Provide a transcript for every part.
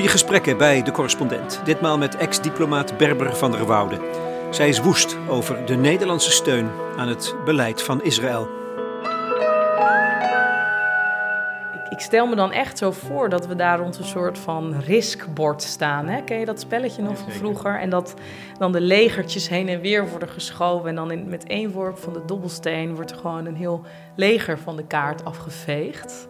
Goeie gesprekken bij De Correspondent. Ditmaal met ex-diplomaat Berber van der Woude. Zij is woest over de Nederlandse steun aan het beleid van Israël. Ik stel me dan echt zo voor dat we daar rond een soort van riskbord staan. Hè? Ken je dat spelletje nog van vroeger? En dat dan de legertjes heen en weer worden geschoven. En dan met één worp van de dobbelsteen wordt er gewoon een heel leger van de kaart afgeveegd.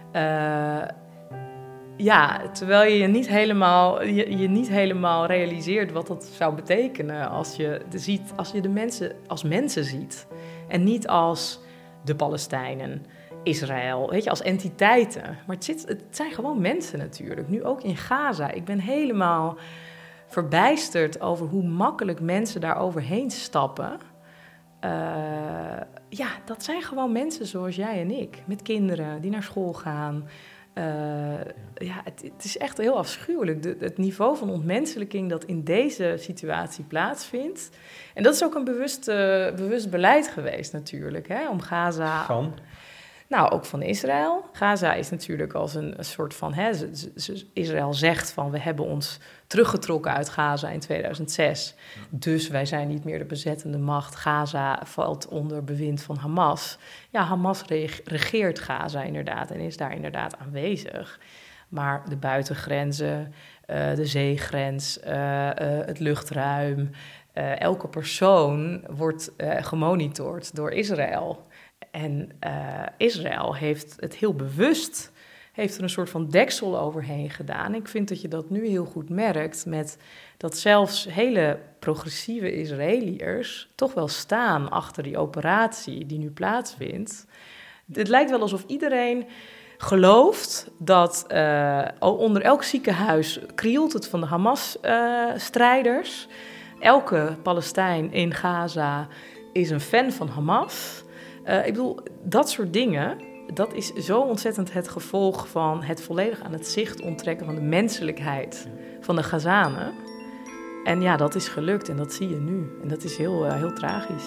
Terwijl je niet helemaal realiseert wat dat zou betekenen als je de mensen als mensen ziet. En niet als de Palestijnen, Israël, weet je, als entiteiten. Maar het zijn gewoon mensen natuurlijk, nu ook in Gaza. Ik ben helemaal verbijsterd over hoe makkelijk mensen daar overheen stappen. Dat zijn gewoon mensen zoals jij en ik, met kinderen die naar school gaan. Het is echt heel afschuwelijk, het niveau van ontmenselijking dat in deze situatie plaatsvindt. En dat is ook een bewust beleid geweest natuurlijk, hè, om Gaza... Van? Nou, ook van Israël. Gaza is natuurlijk als een soort van... Israël zegt van, we hebben ons teruggetrokken uit Gaza in 2006. Dus wij zijn niet meer de bezettende macht. Gaza valt onder bewind van Hamas. Ja, Hamas regeert Gaza inderdaad en is daar inderdaad aanwezig. Maar de buitengrenzen, de zeegrens, het luchtruim... elke persoon wordt gemonitord door Israël... En Israël heeft het heel bewust, heeft er een soort van deksel overheen gedaan. Ik vind dat je dat nu heel goed merkt met dat zelfs hele progressieve Israëliërs toch wel staan achter die operatie die nu plaatsvindt. Het lijkt wel alsof iedereen gelooft dat onder elk ziekenhuis krielt het van de Hamas-strijders. Elke Palestijn in Gaza is een fan van Hamas. Dat soort dingen, dat is zo ontzettend het gevolg van het volledig aan het zicht onttrekken van de menselijkheid van de Gazanen. En ja, dat is gelukt en dat zie je nu. En dat is heel tragisch.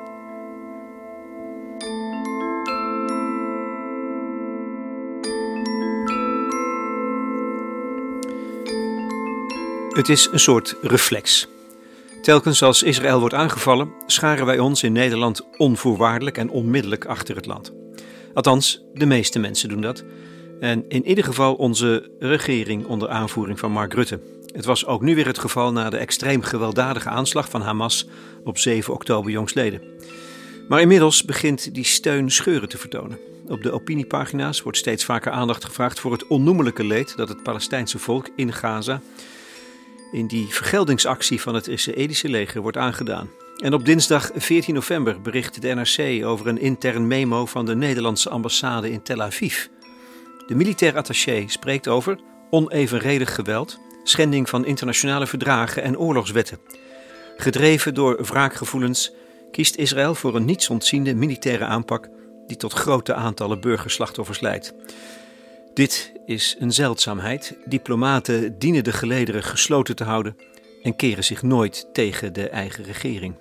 Het is een soort reflex. Telkens als Israël wordt aangevallen, scharen wij ons in Nederland onvoorwaardelijk en onmiddellijk achter het land. Althans, de meeste mensen doen dat. En in ieder geval onze regering onder aanvoering van Mark Rutte. Het was ook nu weer het geval na de extreem gewelddadige aanslag van Hamas op 7 oktober jongstleden. Maar inmiddels begint die steun scheuren te vertonen. Op de opiniepagina's wordt steeds vaker aandacht gevraagd voor het onnoemelijke leed dat het Palestijnse volk in Gaza in die vergeldingsactie van het Israëlische leger wordt aangedaan. En op dinsdag 14 november bericht de NRC over een intern memo van de Nederlandse ambassade in Tel Aviv. De militair attaché spreekt over onevenredig geweld, schending van internationale verdragen en oorlogswetten. Gedreven door wraakgevoelens kiest Israël voor een nietsontziende militaire aanpak die tot grote aantallen burgerslachtoffers leidt. Dit is een zeldzaamheid. Diplomaten dienen de gelederen gesloten te houden en keren zich nooit tegen de eigen regering.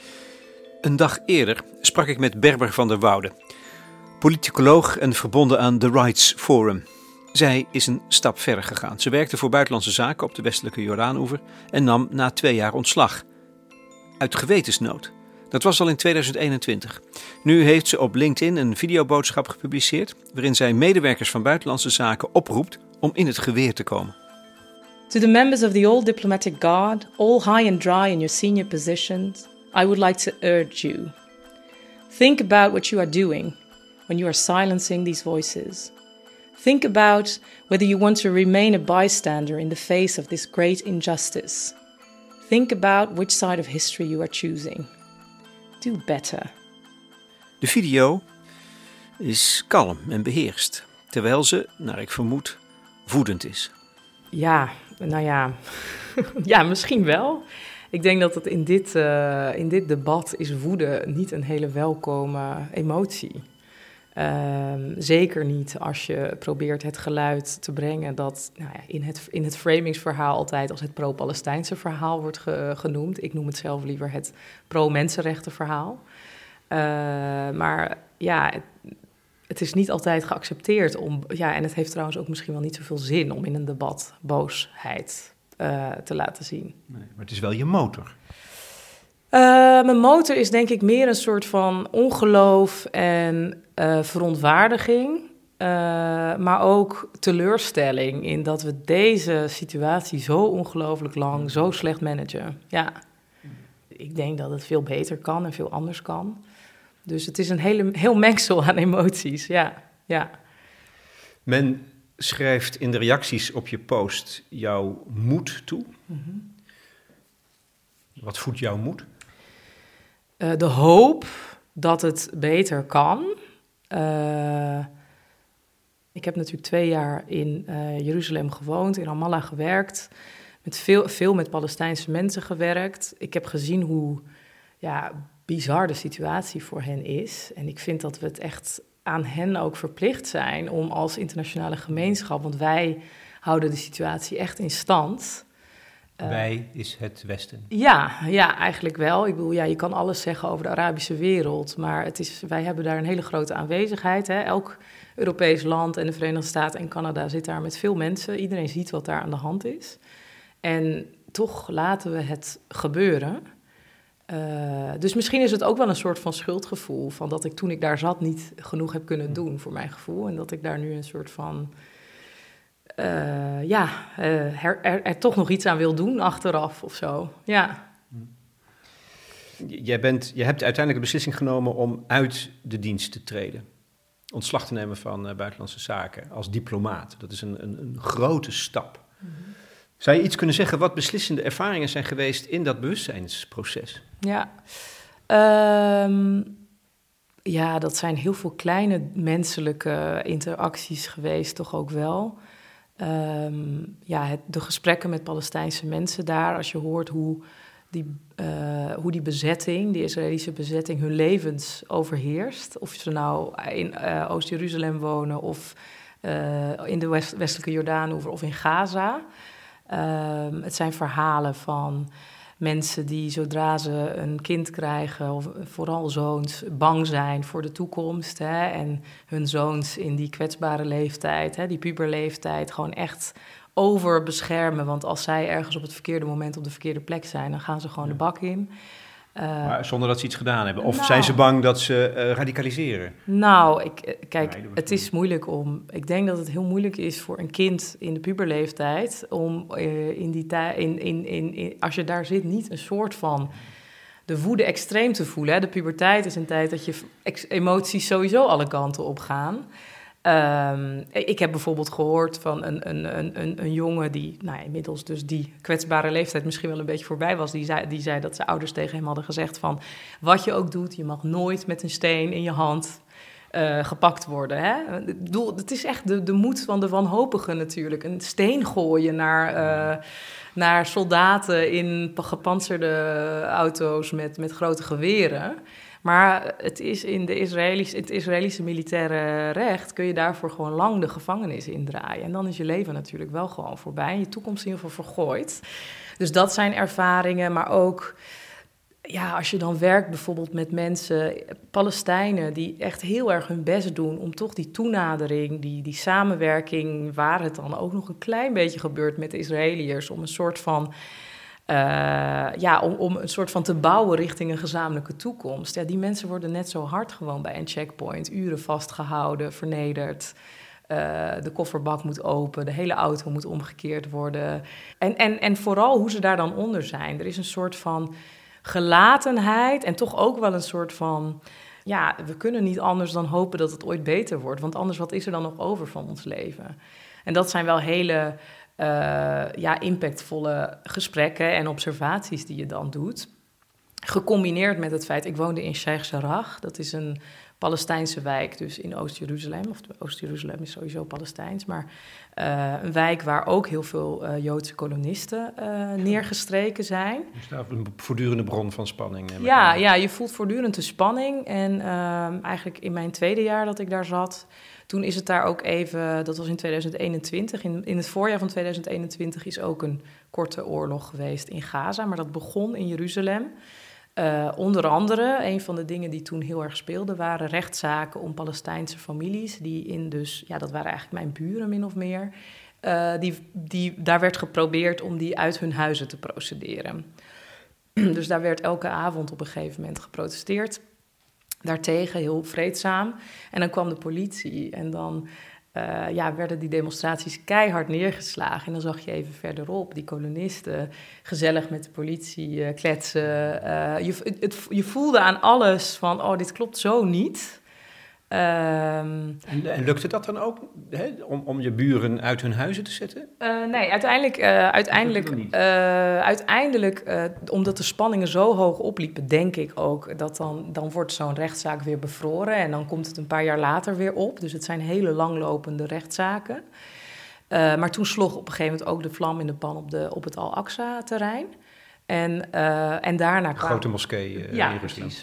Een dag eerder sprak ik met Berber van der Woude, politicoloog en verbonden aan The Rights Forum. Zij is een stap verder gegaan. Ze werkte voor buitenlandse zaken op de westelijke Jordaanoever en nam na 2 jaar ontslag. Uit gewetensnood. Dat was al in 2021. Nu heeft ze op LinkedIn een videoboodschap gepubliceerd waarin zij medewerkers van buitenlandse zaken oproept om in het geweer te komen. To the members of the All Diplomatic Guard, all high and dry in your senior positions, I would like to urge you. Think about what you are doing when you are silencing these voices. Think about whether you want to remain a bystander in the face of this great injustice. Think about which side of history you are choosing. Do better. De video is kalm en beheerst, terwijl ze, naar ik vermoed, woedend is. Ja, ja, misschien wel. Ik denk dat het in dit debat is woede niet een hele welkome emotie. Zeker niet als je probeert het geluid te brengen dat in het framingsverhaal altijd als het pro-Palestijnse verhaal wordt genoemd. Ik noem het zelf liever het pro-mensenrechtenverhaal. Maar ja, het is niet altijd geaccepteerd om... Ja, en het heeft trouwens ook misschien wel niet zoveel zin om in een debat boosheid te laten zien. Nee, maar het is wel je motor. Mijn motor is denk ik meer een soort van ongeloof en verontwaardiging. Maar ook teleurstelling in dat we deze situatie zo ongelooflijk lang, zo slecht managen. Ja, ik denk dat het veel beter kan en veel anders kan. Dus het is een heel mengsel aan emoties, ja. Men schrijft in de reacties op je post jouw moed toe. Mm-hmm. Wat voedt jouw moed? De hoop dat het beter kan. Ik heb natuurlijk 2 jaar in Jeruzalem gewoond, in Ramallah gewerkt. Veel met Palestijnse mensen gewerkt. Ik heb gezien hoe bizar de situatie voor hen is. En ik vind dat we het echt aan hen ook verplicht zijn om als internationale gemeenschap... want wij houden de situatie echt in stand... Wij is het Westen. Ja, eigenlijk wel. Ik bedoel, je kan alles zeggen over de Arabische wereld... maar wij hebben daar een hele grote aanwezigheid. Hè? Elk Europees land en de Verenigde Staten en Canada zit daar met veel mensen. Iedereen ziet wat daar aan de hand is. En toch laten we het gebeuren. Dus misschien is het ook wel een soort van schuldgevoel... van dat ik toen ik daar zat niet genoeg heb kunnen doen voor mijn gevoel... en dat ik daar nu een soort van... er toch nog iets aan wil doen achteraf of zo, ja. Je hebt uiteindelijk de beslissing genomen om uit de dienst te treden. Ontslag te nemen van buitenlandse zaken als diplomaat. Dat is een grote stap. Mm-hmm. Zou je iets kunnen zeggen wat beslissende ervaringen zijn geweest in dat bewustzijnsproces? Ja, dat zijn heel veel kleine menselijke interacties geweest, toch ook wel... de gesprekken met Palestijnse mensen daar... als je hoort hoe die bezetting, die Israëlische bezetting... hun levens overheerst. Of ze nou in Oost-Jeruzalem wonen... of in de westelijke Jordaanoever of in Gaza. Het zijn verhalen van mensen die zodra ze een kind krijgen... of vooral zoons, bang zijn voor de toekomst. Hè, en hun zoons in die kwetsbare leeftijd, hè, die puberleeftijd... gewoon echt overbeschermen. Want als zij ergens op het verkeerde moment op de verkeerde plek zijn... dan gaan ze gewoon de bak in. Maar zonder dat ze iets gedaan hebben? Of zijn ze bang dat ze radicaliseren? Nou, het is moeilijk om... Ik denk dat het heel moeilijk is voor een kind in de puberleeftijd... om als je daar zit niet een soort van... de woede extreem te voelen. Hè? De puberteit is een tijd dat je emoties sowieso alle kanten op gaan... Ik heb bijvoorbeeld gehoord van een jongen die inmiddels dus die kwetsbare leeftijd misschien wel een beetje voorbij was. Die zei dat zijn ouders tegen hem hadden gezegd van... wat je ook doet, je mag nooit met een steen in je hand gepakt worden. Hè? Het is echt de moed van de wanhopige natuurlijk. Een steen gooien naar soldaten in gepantserde auto's met grote geweren... Maar het is in het Israëlische militaire recht... kun je daarvoor gewoon lang de gevangenis indraaien. En dan is je leven natuurlijk wel gewoon voorbij... en je toekomst in ieder geval vergooid. Dus dat zijn ervaringen, maar ook... als je dan werkt bijvoorbeeld met mensen, Palestijnen... die echt heel erg hun best doen om toch die toenadering... die samenwerking, waar het dan ook nog een klein beetje gebeurt met de Israëliërs... om een soort van... om een soort van te bouwen richting een gezamenlijke toekomst. Ja, die mensen worden net zo hard gewoon bij een checkpoint. Uren vastgehouden, vernederd. De kofferbak moet open, de hele auto moet omgekeerd worden. En vooral hoe ze daar dan onder zijn. Er is een soort van gelatenheid en toch ook wel een soort van... Ja, we kunnen niet anders dan hopen dat het ooit beter wordt. Want anders, wat is er dan nog over van ons leven? En dat zijn wel hele... impactvolle gesprekken en observaties die je dan doet. Gecombineerd met het feit, ik woonde in Sheikh Jarrah. Dat is een Palestijnse wijk, dus in Oost-Jeruzalem. Of Oost-Jeruzalem is sowieso Palestijns, maar een wijk waar ook heel veel Joodse kolonisten neergestreken zijn. Er staat een voortdurende bron van spanning. Ja, je voelt voortdurend de spanning. En eigenlijk in mijn 2e jaar dat ik daar zat... Toen is het daar ook even, dat was in 2021, in het voorjaar van 2021 is ook een korte oorlog geweest in Gaza. Maar dat begon in Jeruzalem. Onder andere, een van de dingen die toen heel erg speelden, waren rechtszaken om Palestijnse families. Dat waren eigenlijk mijn buren min of meer. Daar werd geprobeerd om die uit hun huizen te procederen. Dus daar werd elke avond op een gegeven moment geprotesteerd. Daartegen, heel vreedzaam. En dan kwam de politie en dan werden die demonstraties keihard neergeslagen. En dan zag je even verderop die kolonisten gezellig met de politie kletsen. Je voelde aan alles van, dit klopt zo niet. En lukte dat dan ook, om je buren uit hun huizen te zetten? Nee, uiteindelijk omdat de spanningen zo hoog opliepen, denk ik ook dat dan wordt zo'n rechtszaak weer bevroren en dan komt het een paar jaar later weer op. Dus het zijn hele langlopende rechtszaken. Maar toen sloeg op een gegeven moment ook de vlam in de pan op het Al-Aqsa-terrein. En daarna kwam... Grote moskee in Jeruzalem. Precies.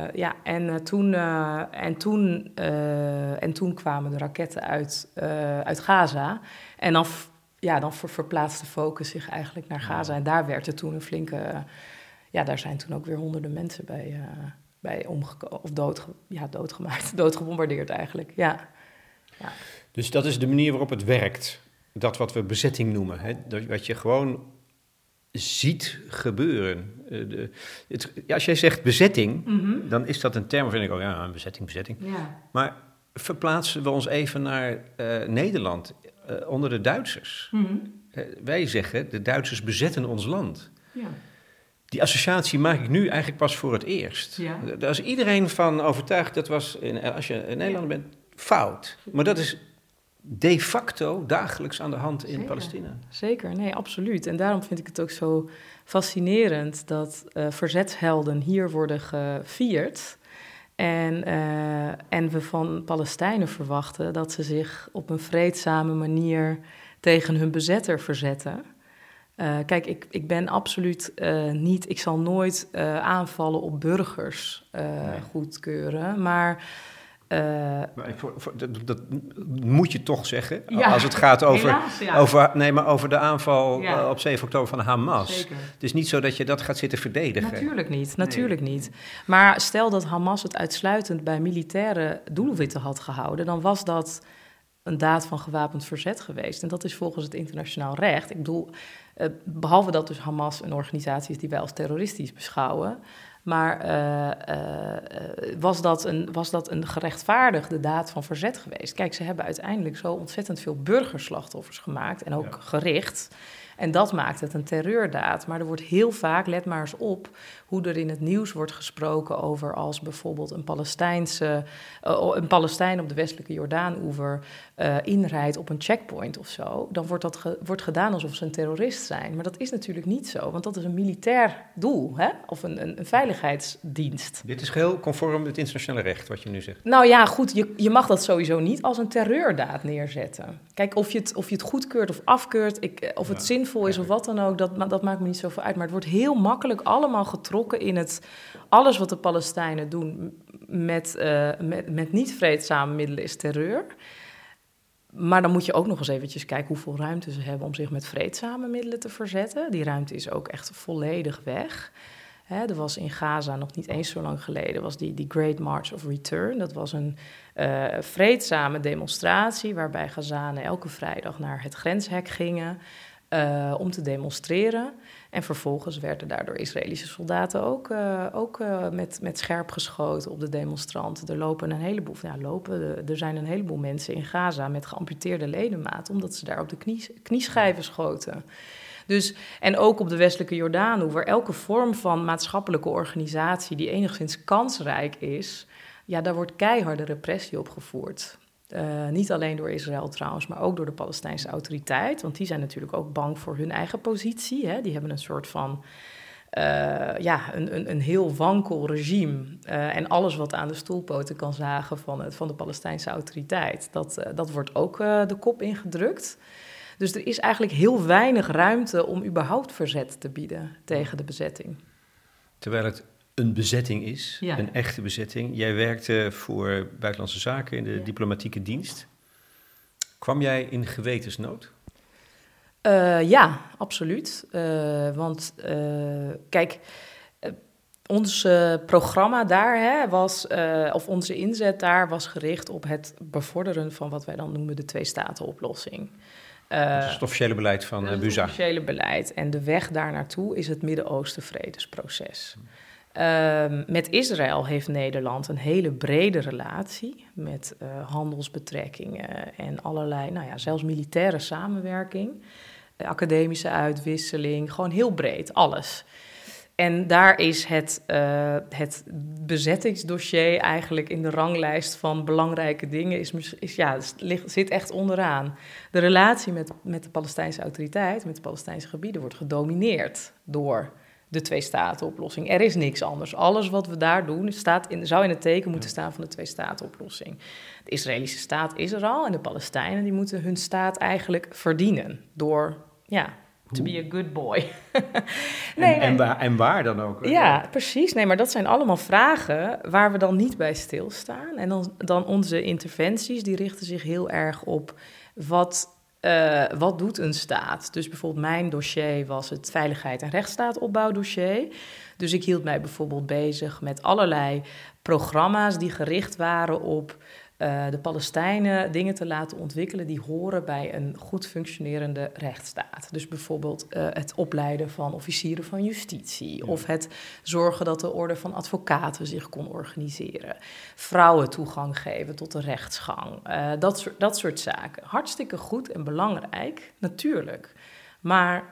Toen kwamen de raketten uit Gaza. En dan verplaatste de focus zich eigenlijk naar Gaza. En daar werd er toen een flinke... daar zijn toen ook weer honderden mensen bij doodgebombardeerd eigenlijk. Ja. Dus dat is de manier waarop het werkt. Dat wat we bezetting noemen. Wat je gewoon... ziet gebeuren. Als jij zegt bezetting, dan is dat een term, vind ik ook, een bezetting. Ja. Maar verplaatsen we ons even naar Nederland, onder de Duitsers. Wij zeggen, de Duitsers bezetten ons land. Ja. Die associatie maak ik nu eigenlijk pas voor het eerst. Ja. Daar is iedereen van overtuigd, dat was, als je een Nederlander bent, fout. Maar dat is... de facto dagelijks aan de hand in Palestina. Zeker, nee, absoluut. En daarom vind ik het ook zo fascinerend dat verzetshelden hier worden gevierd. En we van Palestijnen verwachten dat ze zich op een vreedzame manier tegen hun bezetter verzetten. Kijk, ik ben absoluut niet... ik zal nooit aanvallen op burgers goedkeuren, maar... dat moet je toch zeggen, als het gaat over, helaas, over de aanval op 7 oktober van Hamas. Zeker. Het is niet zo dat je dat gaat zitten verdedigen. Natuurlijk niet. Maar stel dat Hamas het uitsluitend bij militaire doelwitten had gehouden, dan was dat een daad van gewapend verzet geweest. En dat is volgens het internationaal recht. Ik bedoel, behalve dat dus Hamas een organisatie is die wij als terroristisch beschouwen... Maar was dat een gerechtvaardigde daad van verzet geweest? Kijk, ze hebben uiteindelijk zo ontzettend veel burgerslachtoffers gemaakt en ook gericht. En dat maakt het een terreurdaad. Maar er wordt heel vaak, let maar eens op, hoe er in het nieuws wordt gesproken over als bijvoorbeeld een Palestijn op de westelijke Jordaan-oever inrijdt op een checkpoint of zo. Dan wordt gedaan alsof ze een terrorist zijn. Maar dat is natuurlijk niet zo, want dat is een militair doel, hè? Of een veiligheidsdienst. Dit is geheel conform het internationale recht, wat je nu zegt. Nou ja, goed, je mag dat sowieso niet als een terreurdaad neerzetten. Kijk, of je het goedkeurt of afkeurt, of het zinvol is of wat dan ook, dat maakt me niet zoveel uit. Maar het wordt heel makkelijk allemaal getrokken in alles wat de Palestijnen doen met niet vreedzame middelen is terreur. Maar dan moet je ook nog eens eventjes kijken hoeveel ruimte ze hebben om zich met vreedzame middelen te verzetten. Die ruimte is ook echt volledig weg. Er was in Gaza nog niet eens zo lang geleden was die Great March of Return. Dat was een vreedzame demonstratie waarbij Gazanen elke vrijdag naar het grenshek gingen om te demonstreren. En vervolgens werden daardoor Israëlische soldaten ook met scherp geschoten op de demonstranten. Er zijn een heleboel mensen in Gaza met geamputeerde ledematen, omdat ze daar op de knieschijven schoten. Dus, en ook op de westelijke Jordaanoever, elke vorm van maatschappelijke organisatie die enigszins kansrijk is, daar wordt keiharde repressie op gevoerd. Niet alleen door Israël trouwens, maar ook door de Palestijnse autoriteit. Want die zijn natuurlijk ook bang voor hun eigen positie. Hè? Die hebben een soort van, een heel wankel regime. En alles wat aan de stoelpoten kan zagen van de Palestijnse autoriteit. Dat wordt ook de kop ingedrukt. Dus er is eigenlijk heel weinig ruimte om überhaupt verzet te bieden tegen de bezetting. Terwijl het een bezetting is, een echte bezetting. Jij werkte voor Buitenlandse Zaken in de diplomatieke dienst. Kwam jij in gewetensnood? Ja, absoluut. Want kijk, ons programma daar was, of onze inzet daar was gericht op het bevorderen van wat wij dan noemen de twee-staten-oplossing. Dat is het officiële beleid van Buza. Het officiële beleid. En de weg daar naartoe is het Midden-Oosten-vredesproces. Met Israël heeft Nederland een hele brede relatie met handelsbetrekkingen en allerlei, zelfs militaire samenwerking, academische uitwisseling, gewoon heel breed, alles. En daar is het bezettingsdossier eigenlijk in de ranglijst van belangrijke dingen zit echt onderaan. De relatie met de Palestijnse autoriteit, met de Palestijnse gebieden, wordt gedomineerd door de twee-staten-oplossing. Er is niks anders. Alles wat we daar doen zou in het teken moeten staan van de twee-staten-oplossing. De Israëlische staat is er al en de Palestijnen die moeten hun staat eigenlijk verdienen door to be a good boy. En waar dan ook? Ja, precies. Nee, maar dat zijn allemaal vragen waar we dan niet bij stilstaan. En dan onze interventies, die richten zich heel erg op wat doet een staat? Dus bijvoorbeeld mijn dossier was het veiligheid- en rechtsstaatopbouwdossier. Dus ik hield mij bijvoorbeeld bezig met allerlei programma's die gericht waren op de Palestijnen dingen te laten ontwikkelen die horen bij een goed functionerende rechtsstaat. Dus bijvoorbeeld het opleiden van officieren van justitie, of het zorgen dat de orde van advocaten zich kon organiseren, vrouwen toegang geven tot de rechtsgang, dat soort zaken. Hartstikke goed en belangrijk, natuurlijk. Maar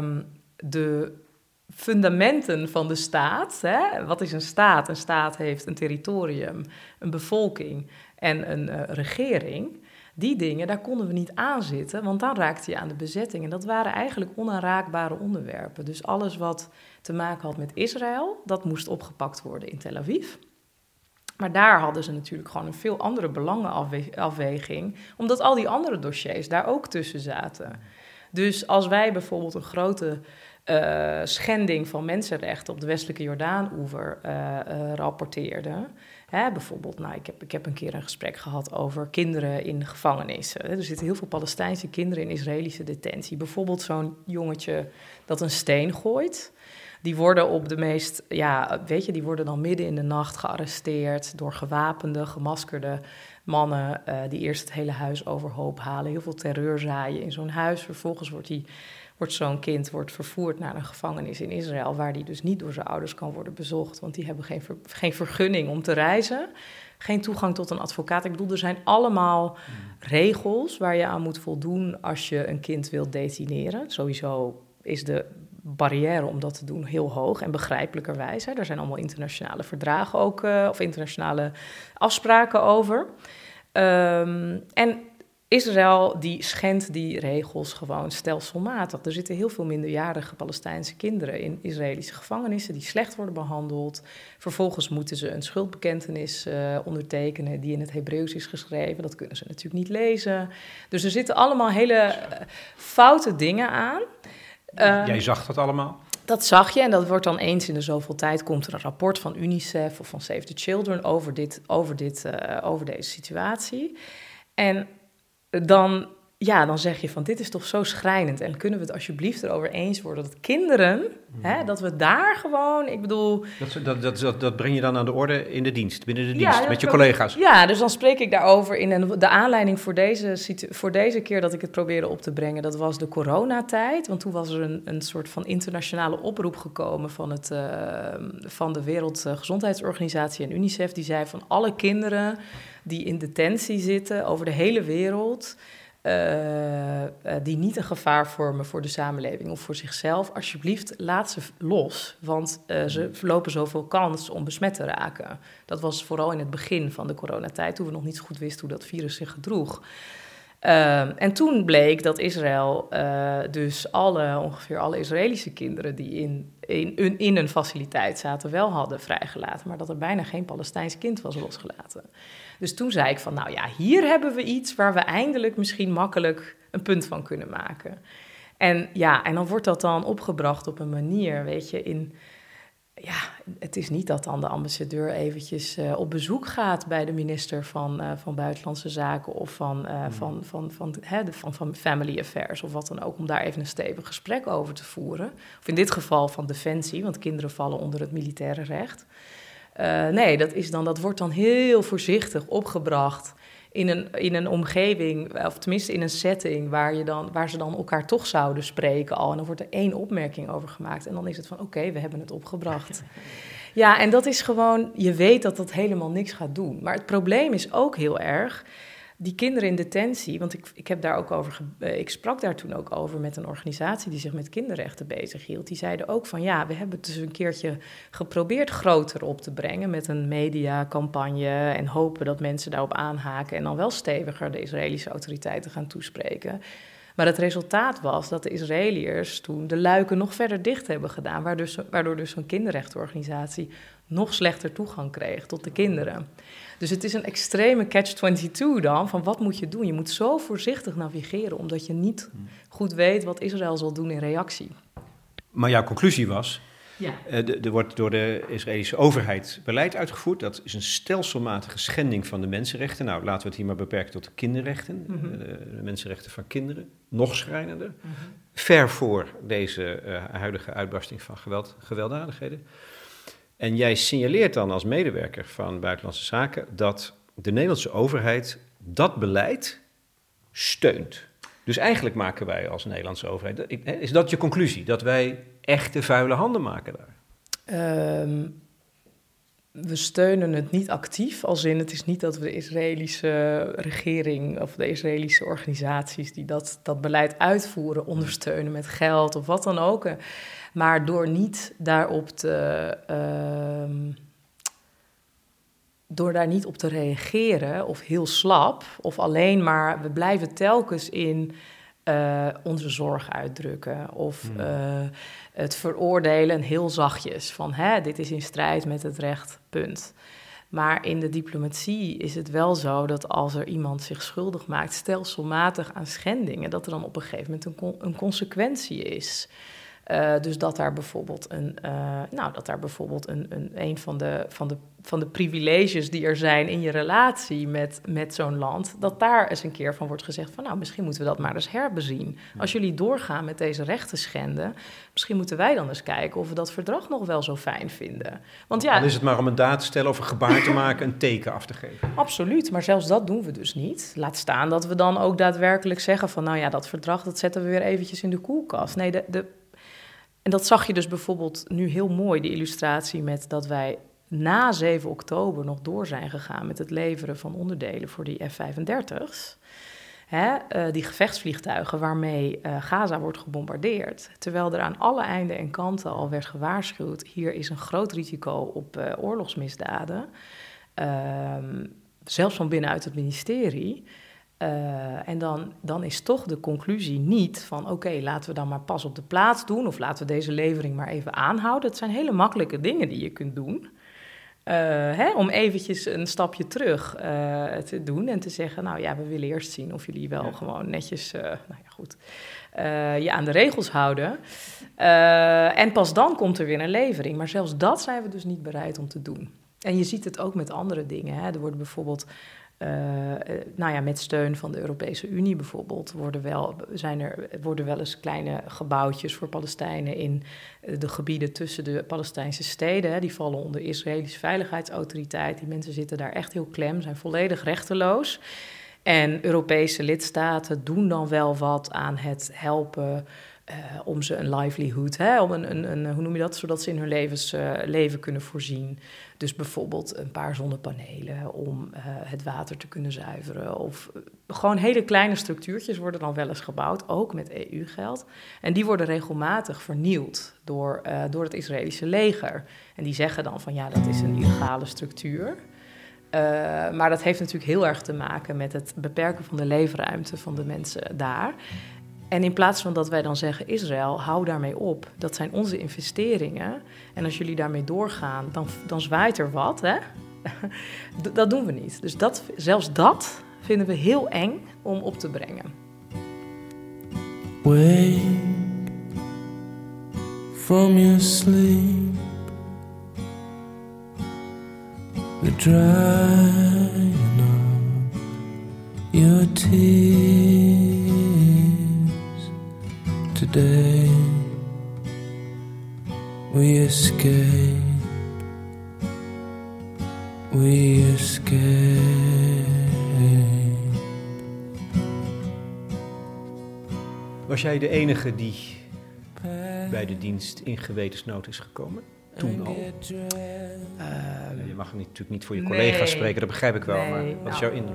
de fundamenten van de staat, wat is een staat? Een staat heeft een territorium, een bevolking en een regering. Die dingen, daar konden we niet aan zitten, want dan raakte je aan de bezetting. En dat waren eigenlijk onaanraakbare onderwerpen. Dus alles wat te maken had met Israël, dat moest opgepakt worden in Tel Aviv. Maar daar hadden ze natuurlijk gewoon een veel andere belangenafweging, omdat al die andere dossiers daar ook tussen zaten. Dus als wij bijvoorbeeld een grote schending van mensenrechten op de westelijke Jordaan-oever rapporteerden. Bijvoorbeeld, ik heb een keer een gesprek gehad over kinderen in gevangenissen. Er zitten heel veel Palestijnse kinderen in Israëlische detentie. Bijvoorbeeld zo'n jongetje dat een steen gooit. Die worden op de meest, die worden dan midden in de nacht gearresteerd door gewapende, gemaskerde mannen die eerst het hele huis overhoop halen, heel veel terreur zaaien in zo'n huis. Vervolgens wordt zo'n kind vervoerd naar een gevangenis in Israël, waar die dus niet door zijn ouders kan worden bezocht, want die hebben geen vergunning om te reizen, geen toegang tot een advocaat. Ik bedoel, er zijn allemaal regels waar je aan moet voldoen als je een kind wilt detineren. Sowieso is de barrière om dat te doen heel hoog en begrijpelijkerwijs. Er zijn allemaal internationale verdragen ook, of internationale afspraken over. En Israël die schendt die regels gewoon stelselmatig. Er zitten heel veel minderjarige Palestijnse kinderen in Israëlische gevangenissen die slecht worden behandeld. Vervolgens moeten ze een schuldbekentenis ondertekenen die in het Hebreeuws is geschreven. Dat kunnen ze natuurlijk niet lezen. Dus er zitten allemaal hele foute dingen aan. Jij zag dat allemaal? Dat zag je en dat wordt dan eens in de zoveel tijd komt er een rapport van UNICEF of van Save the Children over deze situatie. En dan zeg je van dit is toch zo schrijnend en kunnen we het alsjeblieft erover eens worden dat kinderen, dat we daar gewoon, ik bedoel... Dat breng je dan aan de orde in de dienst, binnen de dienst, met je collega's? Ja, dus dan spreek ik daarover de aanleiding voor deze keer dat ik het probeerde op te brengen, dat was de coronatijd, want toen was er een soort van internationale oproep gekomen van de Wereldgezondheidsorganisatie en UNICEF, die zei van alle kinderen die in detentie zitten over de hele wereld, die niet een gevaar vormen voor de samenleving of voor zichzelf, alsjeblieft laat ze los, want ze lopen zoveel kans om besmet te raken. Dat was vooral in het begin van de coronatijd, toen we nog niet zo goed wisten hoe dat virus zich gedroeg. En toen bleek dat Israël dus ongeveer alle Israëlische kinderen die in een faciliteit zaten wel hadden vrijgelaten, maar dat er bijna geen Palestijns kind was losgelaten. Dus toen zei ik van, hier hebben we iets waar we eindelijk misschien makkelijk een punt van kunnen maken. En dan wordt dat dan opgebracht op een manier, weet je, Ja, het is niet dat dan de ambassadeur eventjes op bezoek gaat bij de minister van Buitenlandse Zaken of van Family Affairs of wat dan ook, om daar even een stevig gesprek over te voeren. Of in dit geval van Defensie, want kinderen vallen onder het militaire recht. Nee, dat wordt dan heel voorzichtig opgebracht in een omgeving, of tenminste in een setting waar ze dan elkaar toch zouden spreken al. En dan wordt er 1 opmerking over gemaakt. En dan is het van, oké, we hebben het opgebracht. Ja, en dat is gewoon, je weet dat dat helemaal niks gaat doen. Maar het probleem is ook heel erg, die kinderen in detentie, want ik heb daar ook ik sprak daar toen ook over met een organisatie die zich met kinderrechten bezighield. Die zeiden ook van, ja, we hebben het dus een keertje geprobeerd groter op te brengen met een mediacampagne en hopen dat mensen daarop aanhaken en dan wel steviger de Israëlische autoriteiten gaan toespreken. Maar het resultaat was dat de Israëliërs toen de luiken nog verder dicht hebben gedaan, waardoor dus zo'n kinderrechtenorganisatie nog slechter toegang kreeg tot de kinderen. Dus het is een extreme catch-22 dan, van wat moet je doen? Je moet zo voorzichtig navigeren, omdat je niet goed weet wat Israël zal doen in reactie. Maar jouw conclusie was, ja. Er wordt door de Israëlische overheid beleid uitgevoerd. Dat is een stelselmatige schending van de mensenrechten. Nou, laten we het hier maar beperken tot de kinderrechten. De mensenrechten van kinderen. Nog schrijnender. Ver voor deze huidige uitbarsting van gewelddadigheden. En jij signaleert dan als medewerker van Buitenlandse Zaken dat de Nederlandse overheid dat beleid steunt. Dus eigenlijk maken wij als Nederlandse overheid... Is dat je conclusie? Dat wij echte vuile handen maken daar? We steunen het niet actief. Als in, het is niet dat we de Israëlische regering of de Israëlische organisaties die dat beleid uitvoeren ondersteunen met geld of wat dan ook. Maar door niet daarop door daar niet op te reageren of heel slap of alleen maar we blijven telkens in onze zorg uitdrukken of het veroordelen heel zachtjes van dit is in strijd met het recht, punt. Maar in de diplomatie is het wel zo dat als er iemand zich schuldig maakt stelselmatig aan schendingen, dat er dan op een gegeven moment een consequentie is. Dus dat daar bijvoorbeeld een van de privileges die er zijn in je relatie met zo'n land, dat daar eens een keer van wordt gezegd van misschien moeten we dat maar eens herbezien. Als jullie doorgaan met deze rechten schenden, misschien moeten wij dan eens kijken of we dat verdrag nog wel zo fijn vinden. Want Dan is het maar om een daad te stellen of een gebaar te maken, een teken af te geven. Absoluut, maar zelfs dat doen we dus niet. Laat staan dat we dan ook daadwerkelijk zeggen van dat verdrag, dat zetten we weer eventjes in de koelkast. Nee, en dat zag je dus bijvoorbeeld nu heel mooi, die illustratie met dat wij na 7 oktober nog door zijn gegaan met het leveren van onderdelen voor die F-35's. Die gevechtsvliegtuigen waarmee Gaza wordt gebombardeerd. Terwijl er aan alle einden en kanten al werd gewaarschuwd, hier is een groot risico op oorlogsmisdaden. Zelfs van binnenuit het ministerie. En dan is toch de conclusie niet van oké, laten we dan maar pas op de plaats doen of laten we deze levering maar even aanhouden. Het zijn hele makkelijke dingen die je kunt doen. Om eventjes een stapje terug te doen en te zeggen, we willen eerst zien of jullie wel gewoon netjes, je aan de regels houden. En pas dan komt er weer een levering. Maar zelfs dat zijn we dus niet bereid om te doen. En je ziet het ook met andere dingen. Er worden bijvoorbeeld met steun van de Europese Unie bijvoorbeeld worden wel eens kleine gebouwtjes voor Palestijnen in de gebieden tussen de Palestijnse steden. Die vallen onder de Israëlische Veiligheidsautoriteit. Die mensen zitten daar echt heel klem, zijn volledig rechteloos. En Europese lidstaten doen dan wel wat aan het helpen om ze een livelihood, hoe noem je dat, zodat ze in hun leven kunnen voorzien. Dus bijvoorbeeld een paar zonnepanelen om het water te kunnen zuiveren. Of gewoon hele kleine structuurtjes worden dan wel eens gebouwd, ook met EU-geld. En die worden regelmatig vernield door het Israëlische leger. En die zeggen dan van dat is een illegale structuur. Maar dat heeft natuurlijk heel erg te maken met het beperken van de leefruimte van de mensen daar. En in plaats van dat wij dan zeggen, Israël, hou daarmee op. Dat zijn onze investeringen. En als jullie daarmee doorgaan, dan zwaait er wat. Hè? Dat doen we niet. Dus zelfs dat vinden we heel eng om op te brengen. Wake from your sleep, drying up your tears. Today we escape. We escape. Was jij de enige die bij de dienst in gewetensnood is gekomen? Toen al? Je mag natuurlijk niet voor je collega's spreken, dat begrijp ik wel. Maar wat is jouw indruk?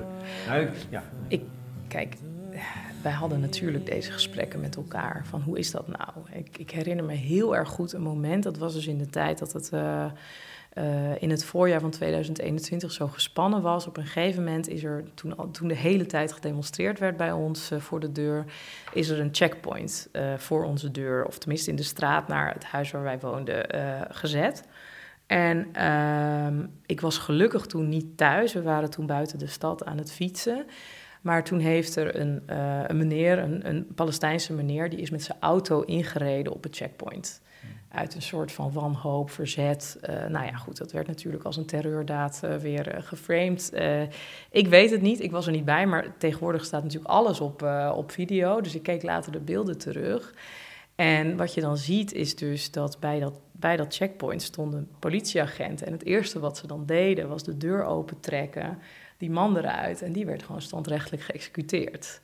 Kijk, wij hadden natuurlijk deze gesprekken met elkaar. Van hoe is dat nou? Ik herinner me heel erg goed een moment. Dat was dus in de tijd dat het in het voorjaar van 2021 zo gespannen was. Op een gegeven moment is er, toen de hele tijd gedemonstreerd werd bij ons voor de deur, is er een checkpoint voor onze deur, of tenminste in de straat naar het huis waar wij woonden, gezet. En ik was gelukkig toen niet thuis. We waren toen buiten de stad aan het fietsen. Maar toen heeft er een meneer, een Palestijnse meneer, die is met zijn auto ingereden op het checkpoint. Uit een soort van wanhoop, verzet. Nou ja, goed, dat werd natuurlijk als een terreurdaad weer geframed. Ik weet het niet, ik was er niet bij, maar tegenwoordig staat natuurlijk alles op video. Dus ik keek later de beelden terug. En wat je dan ziet is dus dat bij dat checkpoint stonden politieagenten. En het eerste wat ze dan deden was de deur opentrekken, die man eruit. En die werd gewoon standrechtelijk geëxecuteerd.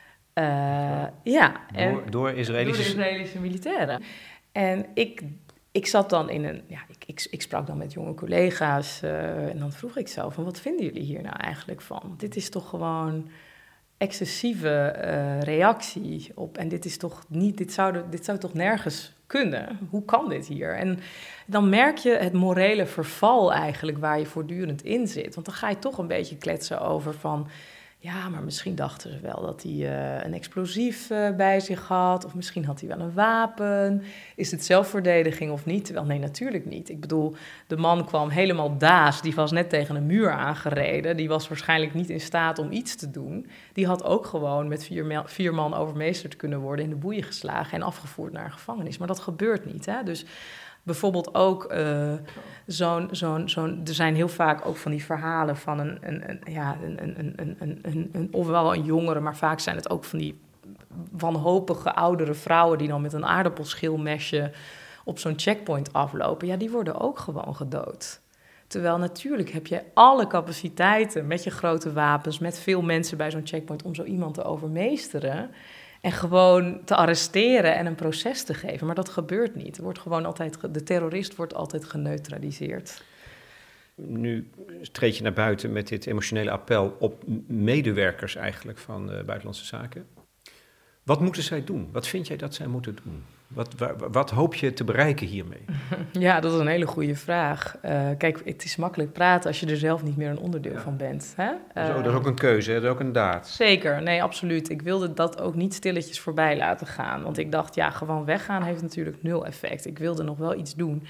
Door Israëlische militairen. En ik zat dan in een... Ja, ik sprak dan met jonge collega's en dan vroeg ik zo van, wat vinden jullie hier nou eigenlijk van? Dit is toch gewoon excessieve reactie op. En dit is toch niet... Dit zou toch nergens kunnen? Hoe kan dit hier? En dan merk je het morele verval eigenlijk waar je voortdurend in zit. Want dan ga je toch een beetje kletsen over van, ja, maar misschien dachten ze wel dat hij een explosief bij zich had. Of misschien had hij wel een wapen. Is het zelfverdediging of niet? Wel, nee, natuurlijk niet. Ik bedoel, de man kwam helemaal daas. Die was net tegen een muur aangereden. Die was waarschijnlijk niet in staat om iets te doen. Die had ook gewoon met 4 man overmeesterd kunnen worden, in de boeien geslagen en afgevoerd naar een gevangenis. Maar dat gebeurt niet, hè? Dus bijvoorbeeld ook er zijn heel vaak ook van die verhalen van ofwel een jongere, maar vaak zijn het ook van die wanhopige oudere vrouwen die dan met een aardappelschilmesje op zo'n checkpoint aflopen. Ja, die worden ook gewoon gedood. Terwijl natuurlijk heb je alle capaciteiten met je grote wapens, met veel mensen bij zo'n checkpoint om zo iemand te overmeesteren en gewoon te arresteren en een proces te geven. Maar dat gebeurt niet. De terrorist wordt altijd geneutraliseerd. Nu treed je naar buiten met dit emotionele appel op medewerkers eigenlijk van Buitenlandse Zaken. Wat moeten zij doen? Wat vind jij dat zij moeten doen? Wat hoop je te bereiken hiermee? Ja, dat is een hele goede vraag. Kijk, het is makkelijk praten als je er zelf niet meer een onderdeel van bent. Hè? Dat is ook een keuze, hè? Dat is ook een daad. Zeker, nee, absoluut. Ik wilde dat ook niet stilletjes voorbij laten gaan. Want ik dacht, ja, gewoon weggaan heeft natuurlijk 0 effect. Ik wilde nog wel iets doen.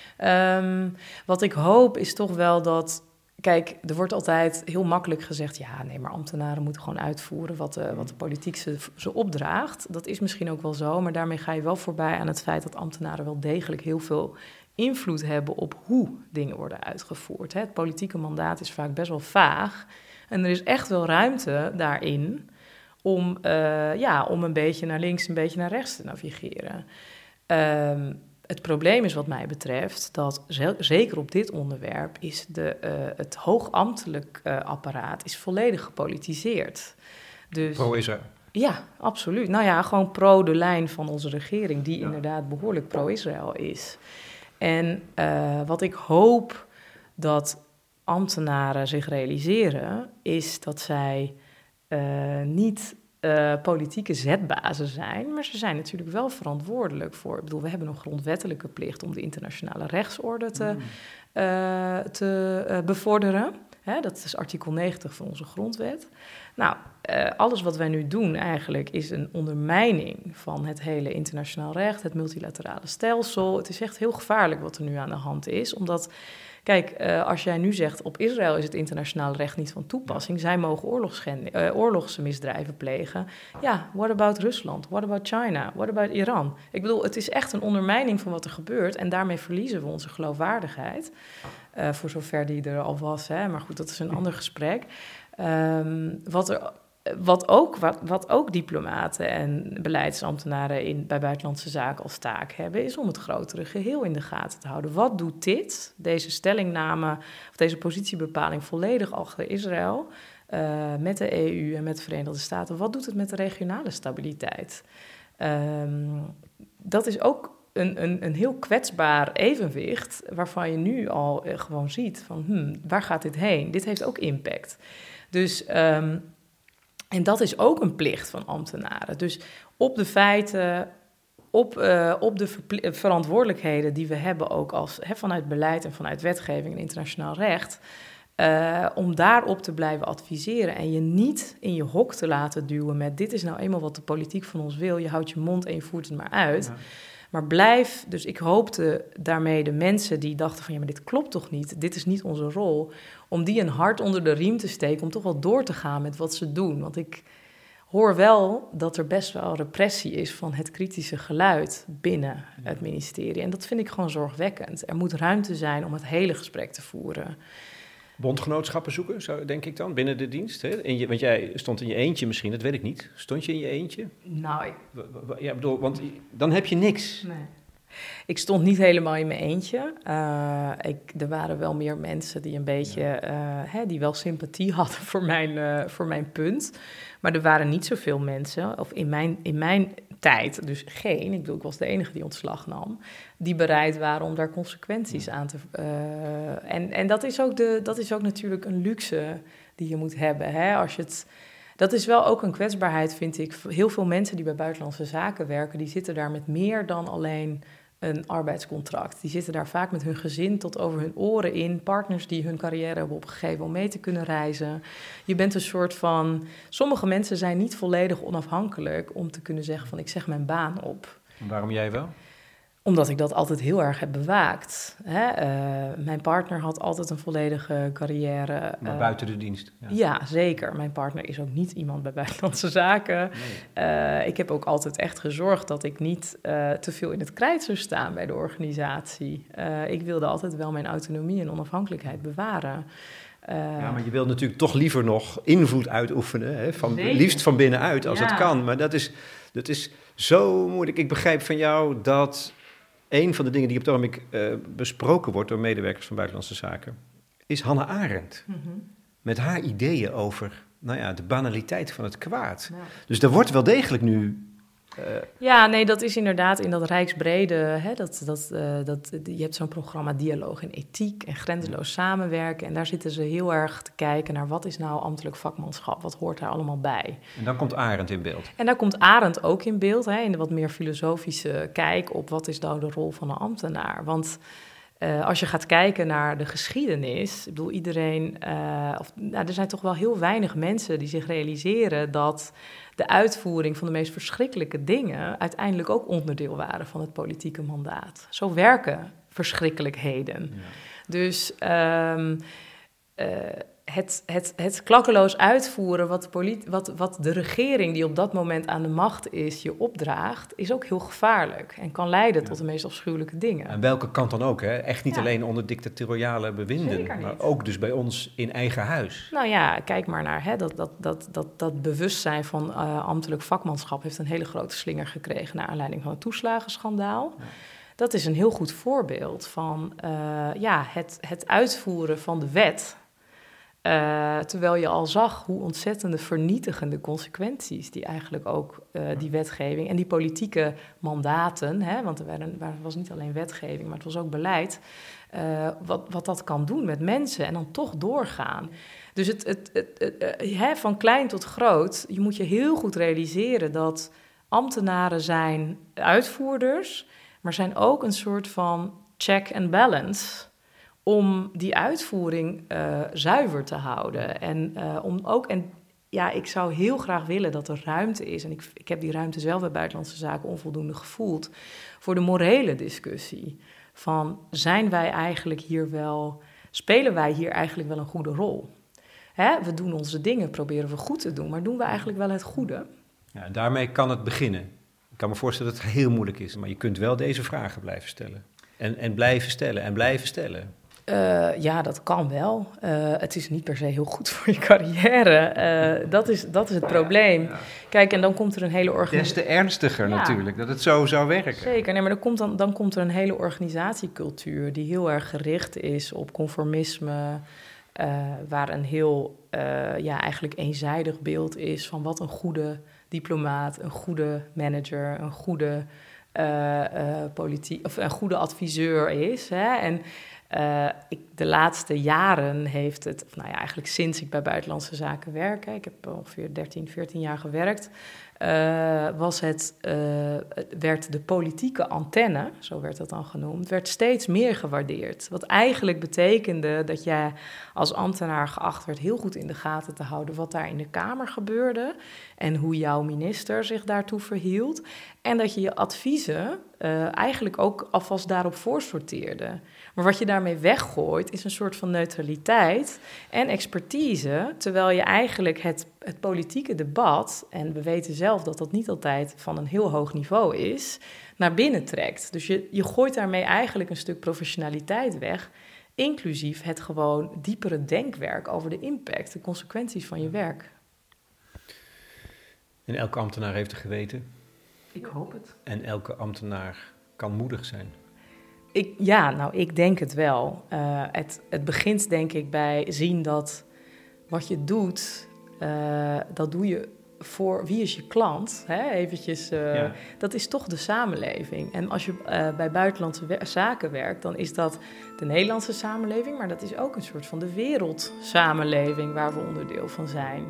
Wat ik hoop is toch wel dat... Kijk, er wordt altijd heel makkelijk gezegd, ja, nee, maar ambtenaren moeten gewoon uitvoeren wat de politiek ze opdraagt. Dat is misschien ook wel zo, maar daarmee ga je wel voorbij aan het feit dat ambtenaren wel degelijk heel veel invloed hebben op hoe dingen worden uitgevoerd. Het politieke mandaat is vaak best wel vaag en er is echt wel ruimte daarin om een beetje naar links, een beetje naar rechts te navigeren. Het probleem is wat mij betreft dat zeker op dit onderwerp is het hoogambtelijk apparaat is volledig gepolitiseerd. Dus, pro-Israël? Ja, absoluut. Nou ja, gewoon pro de lijn van onze regering die inderdaad behoorlijk pro-Israël is. En wat ik hoop dat ambtenaren zich realiseren is dat zij niet politieke zetbazen zijn, maar ze zijn natuurlijk wel verantwoordelijk voor. Ik bedoel, we hebben een grondwettelijke plicht om de internationale rechtsorde te bevorderen. Dat is artikel 90 van onze grondwet. Nou, alles wat wij nu doen eigenlijk is een ondermijning van het hele internationaal recht, het multilaterale stelsel. Het is echt heel gevaarlijk wat er nu aan de hand is, omdat... Kijk, als jij nu zegt, op Israël is het internationaal recht niet van toepassing. Zij mogen oorlogsmisdrijven plegen. Ja, what about Rusland? What about China? What about Iran? Ik bedoel, het is echt een ondermijning van wat er gebeurt. En daarmee verliezen we onze geloofwaardigheid. Voor zover die er al was, hè. Maar goed, dat is een ander gesprek. Wat ook diplomaten en beleidsambtenaren bij buitenlandse zaken als taak hebben, is om het grotere geheel in de gaten te houden. Wat doet deze stellingname, of deze positiebepaling volledig achter Israël, met de EU en met de Verenigde Staten, wat doet het met de regionale stabiliteit? Dat is ook een heel kwetsbaar evenwicht, waarvan je nu al gewoon ziet van, waar gaat dit heen? Dit heeft ook impact. Dus... En dat is ook een plicht van ambtenaren. Dus op de feiten, op de verantwoordelijkheden die we hebben ook vanuit beleid en vanuit wetgeving en internationaal recht, om daarop te blijven adviseren en je niet in je hok te laten duwen met dit is nou eenmaal wat de politiek van ons wil, je houdt je mond en je voert het maar uit. Ja. Maar blijf, dus ik hoopte daarmee de mensen die dachten van ja, maar dit klopt toch niet, dit is niet onze rol, om die een hart onder de riem te steken, om toch wel door te gaan met wat ze doen. Want ik hoor wel dat er best wel repressie is van het kritische geluid binnen het ministerie. En dat vind ik gewoon zorgwekkend. Er moet ruimte zijn om het hele gesprek te voeren. Bondgenootschappen zoeken, denk ik dan, binnen de dienst? Hè? Want jij stond in je eentje misschien, dat weet ik niet. Stond je in je eentje? Nou, ja, bedoel, want dan heb je niks. Nee. Ik stond niet helemaal in mijn eentje. Er waren wel meer mensen die een beetje, die wel sympathie hadden voor mijn punt. Maar er waren niet zoveel mensen, of in mijn tijd dus geen, ik bedoel, ik was de enige die ontslag nam, die bereid waren om daar consequenties aan te... En dat is ook natuurlijk een luxe die je moet hebben. Hè? Dat is wel ook een kwetsbaarheid, vind ik. Heel veel mensen die bij buitenlandse zaken werken, die zitten daar met meer dan alleen een arbeidscontract. Die zitten daar vaak met hun gezin tot over hun oren in. Partners die hun carrière hebben opgegeven om mee te kunnen reizen. Je bent een soort van... Sommige mensen zijn niet volledig onafhankelijk om te kunnen zeggen van ik zeg mijn baan op. Waarom jij wel? Omdat ik dat altijd heel erg heb bewaakt. Mijn partner had altijd een volledige carrière. Maar buiten de dienst? Ja, zeker. Mijn partner is ook niet iemand bij buitenlandse zaken. Nee. Ik heb ook altijd echt gezorgd dat ik niet te veel in het krijt zou staan bij de organisatie. Ik wilde altijd wel mijn autonomie en onafhankelijkheid bewaren. Ja, maar je wilt natuurlijk toch liever nog invloed uitoefenen. Hè? Liefst van binnenuit als het kan. Maar dat is zo moeilijk. Ik begrijp van jou dat... Een van de dingen die op het ogenblik besproken wordt door medewerkers van Buitenlandse Zaken is Hannah Arendt. Mm-hmm. Met haar ideeën over de banaliteit van het kwaad. Ja. Dus er wordt wel degelijk nu... Ja, nee, dat is inderdaad in dat rijksbrede... Hè, je hebt zo'n programma Dialoog en Ethiek en Grenzeloos Samenwerken. En daar zitten ze heel erg te kijken naar wat is nou ambtelijk vakmanschap? Wat hoort daar allemaal bij? En dan komt Arendt in beeld. En daar komt Arendt ook in beeld, hè, in de wat meer filosofische kijk op wat is nou de rol van een ambtenaar. Want... als je gaat kijken naar de geschiedenis, ik bedoel iedereen, er zijn toch wel heel weinig mensen die zich realiseren dat de uitvoering van de meest verschrikkelijke dingen uiteindelijk ook onderdeel waren van het politieke mandaat. Zo werken verschrikkelijkheden. Ja. Dus het klakkeloos uitvoeren wat de regering die op dat moment aan de macht is je opdraagt, is ook heel gevaarlijk en kan leiden tot de meest afschuwelijke dingen. En welke kant dan ook, hè? Echt niet alleen onder dictatoriale bewinden, maar ook dus bij ons in eigen huis. Nou ja, kijk maar naar dat bewustzijn van ambtelijk vakmanschap heeft een hele grote slinger gekregen naar aanleiding van het toeslagenschandaal. Ja. Dat is een heel goed voorbeeld van het uitvoeren van de wet. Terwijl je al zag hoe ontzettende vernietigende consequenties die eigenlijk ook die wetgeving en die politieke mandaten, want er was niet alleen wetgeving, maar het was ook beleid, wat dat kan doen met mensen en dan toch doorgaan. Dus van klein tot groot, je moet je heel goed realiseren dat ambtenaren zijn uitvoerders, maar zijn ook een soort van check and balance om die uitvoering zuiver te houden. En ik zou heel graag willen dat er ruimte is, en ik heb die ruimte zelf bij Buitenlandse Zaken onvoldoende gevoeld, voor de morele discussie. Van, spelen wij hier eigenlijk wel een goede rol? We doen onze dingen, proberen we goed te doen, maar doen we eigenlijk wel het goede? Ja, daarmee kan het beginnen. Ik kan me voorstellen dat het heel moeilijk is, maar je kunt wel deze vragen blijven stellen. En blijven stellen en blijven stellen. Ja, dat kan wel. Het is niet per se heel goed voor je carrière. Dat is het probleem. Ja. Kijk, en dan komt er een hele organisatie... Des te ernstiger natuurlijk, dat het zo zou werken. Zeker, nee, maar dan komt er een hele organisatiecultuur die heel erg gericht is op conformisme, waar een heel eigenlijk eenzijdig beeld is van wat een goede diplomaat, een goede manager, een goede een goede adviseur is. En de laatste jaren heeft het, eigenlijk sinds ik bij Buitenlandse Zaken werk, ik heb ongeveer 13, 14 jaar gewerkt, werd de politieke antenne, zo werd dat dan genoemd, werd steeds meer gewaardeerd. Wat eigenlijk betekende dat jij als ambtenaar geacht werd heel goed in de gaten te houden wat daar in de Kamer gebeurde en hoe jouw minister zich daartoe verhield. En dat je je adviezen eigenlijk ook alvast daarop voorsorteerde. Maar wat je daarmee weggooit is een soort van neutraliteit en expertise, terwijl je eigenlijk het politieke debat, en we weten zelf dat dat niet altijd van een heel hoog niveau is, naar binnen trekt. Dus je gooit daarmee eigenlijk een stuk professionaliteit weg, inclusief het gewoon diepere denkwerk over de impact, de consequenties van je werk. En elke ambtenaar heeft een geweten. Ik hoop het. En elke ambtenaar kan moedig zijn. Ik denk het wel. Het begint denk ik bij zien dat wat je doet, dat doe je voor wie is je klant. Dat is toch de samenleving. En als je bij Buitenlandse Zaken werkt, dan is dat de Nederlandse samenleving, maar dat is ook een soort van de wereldsamenleving waar we onderdeel van zijn.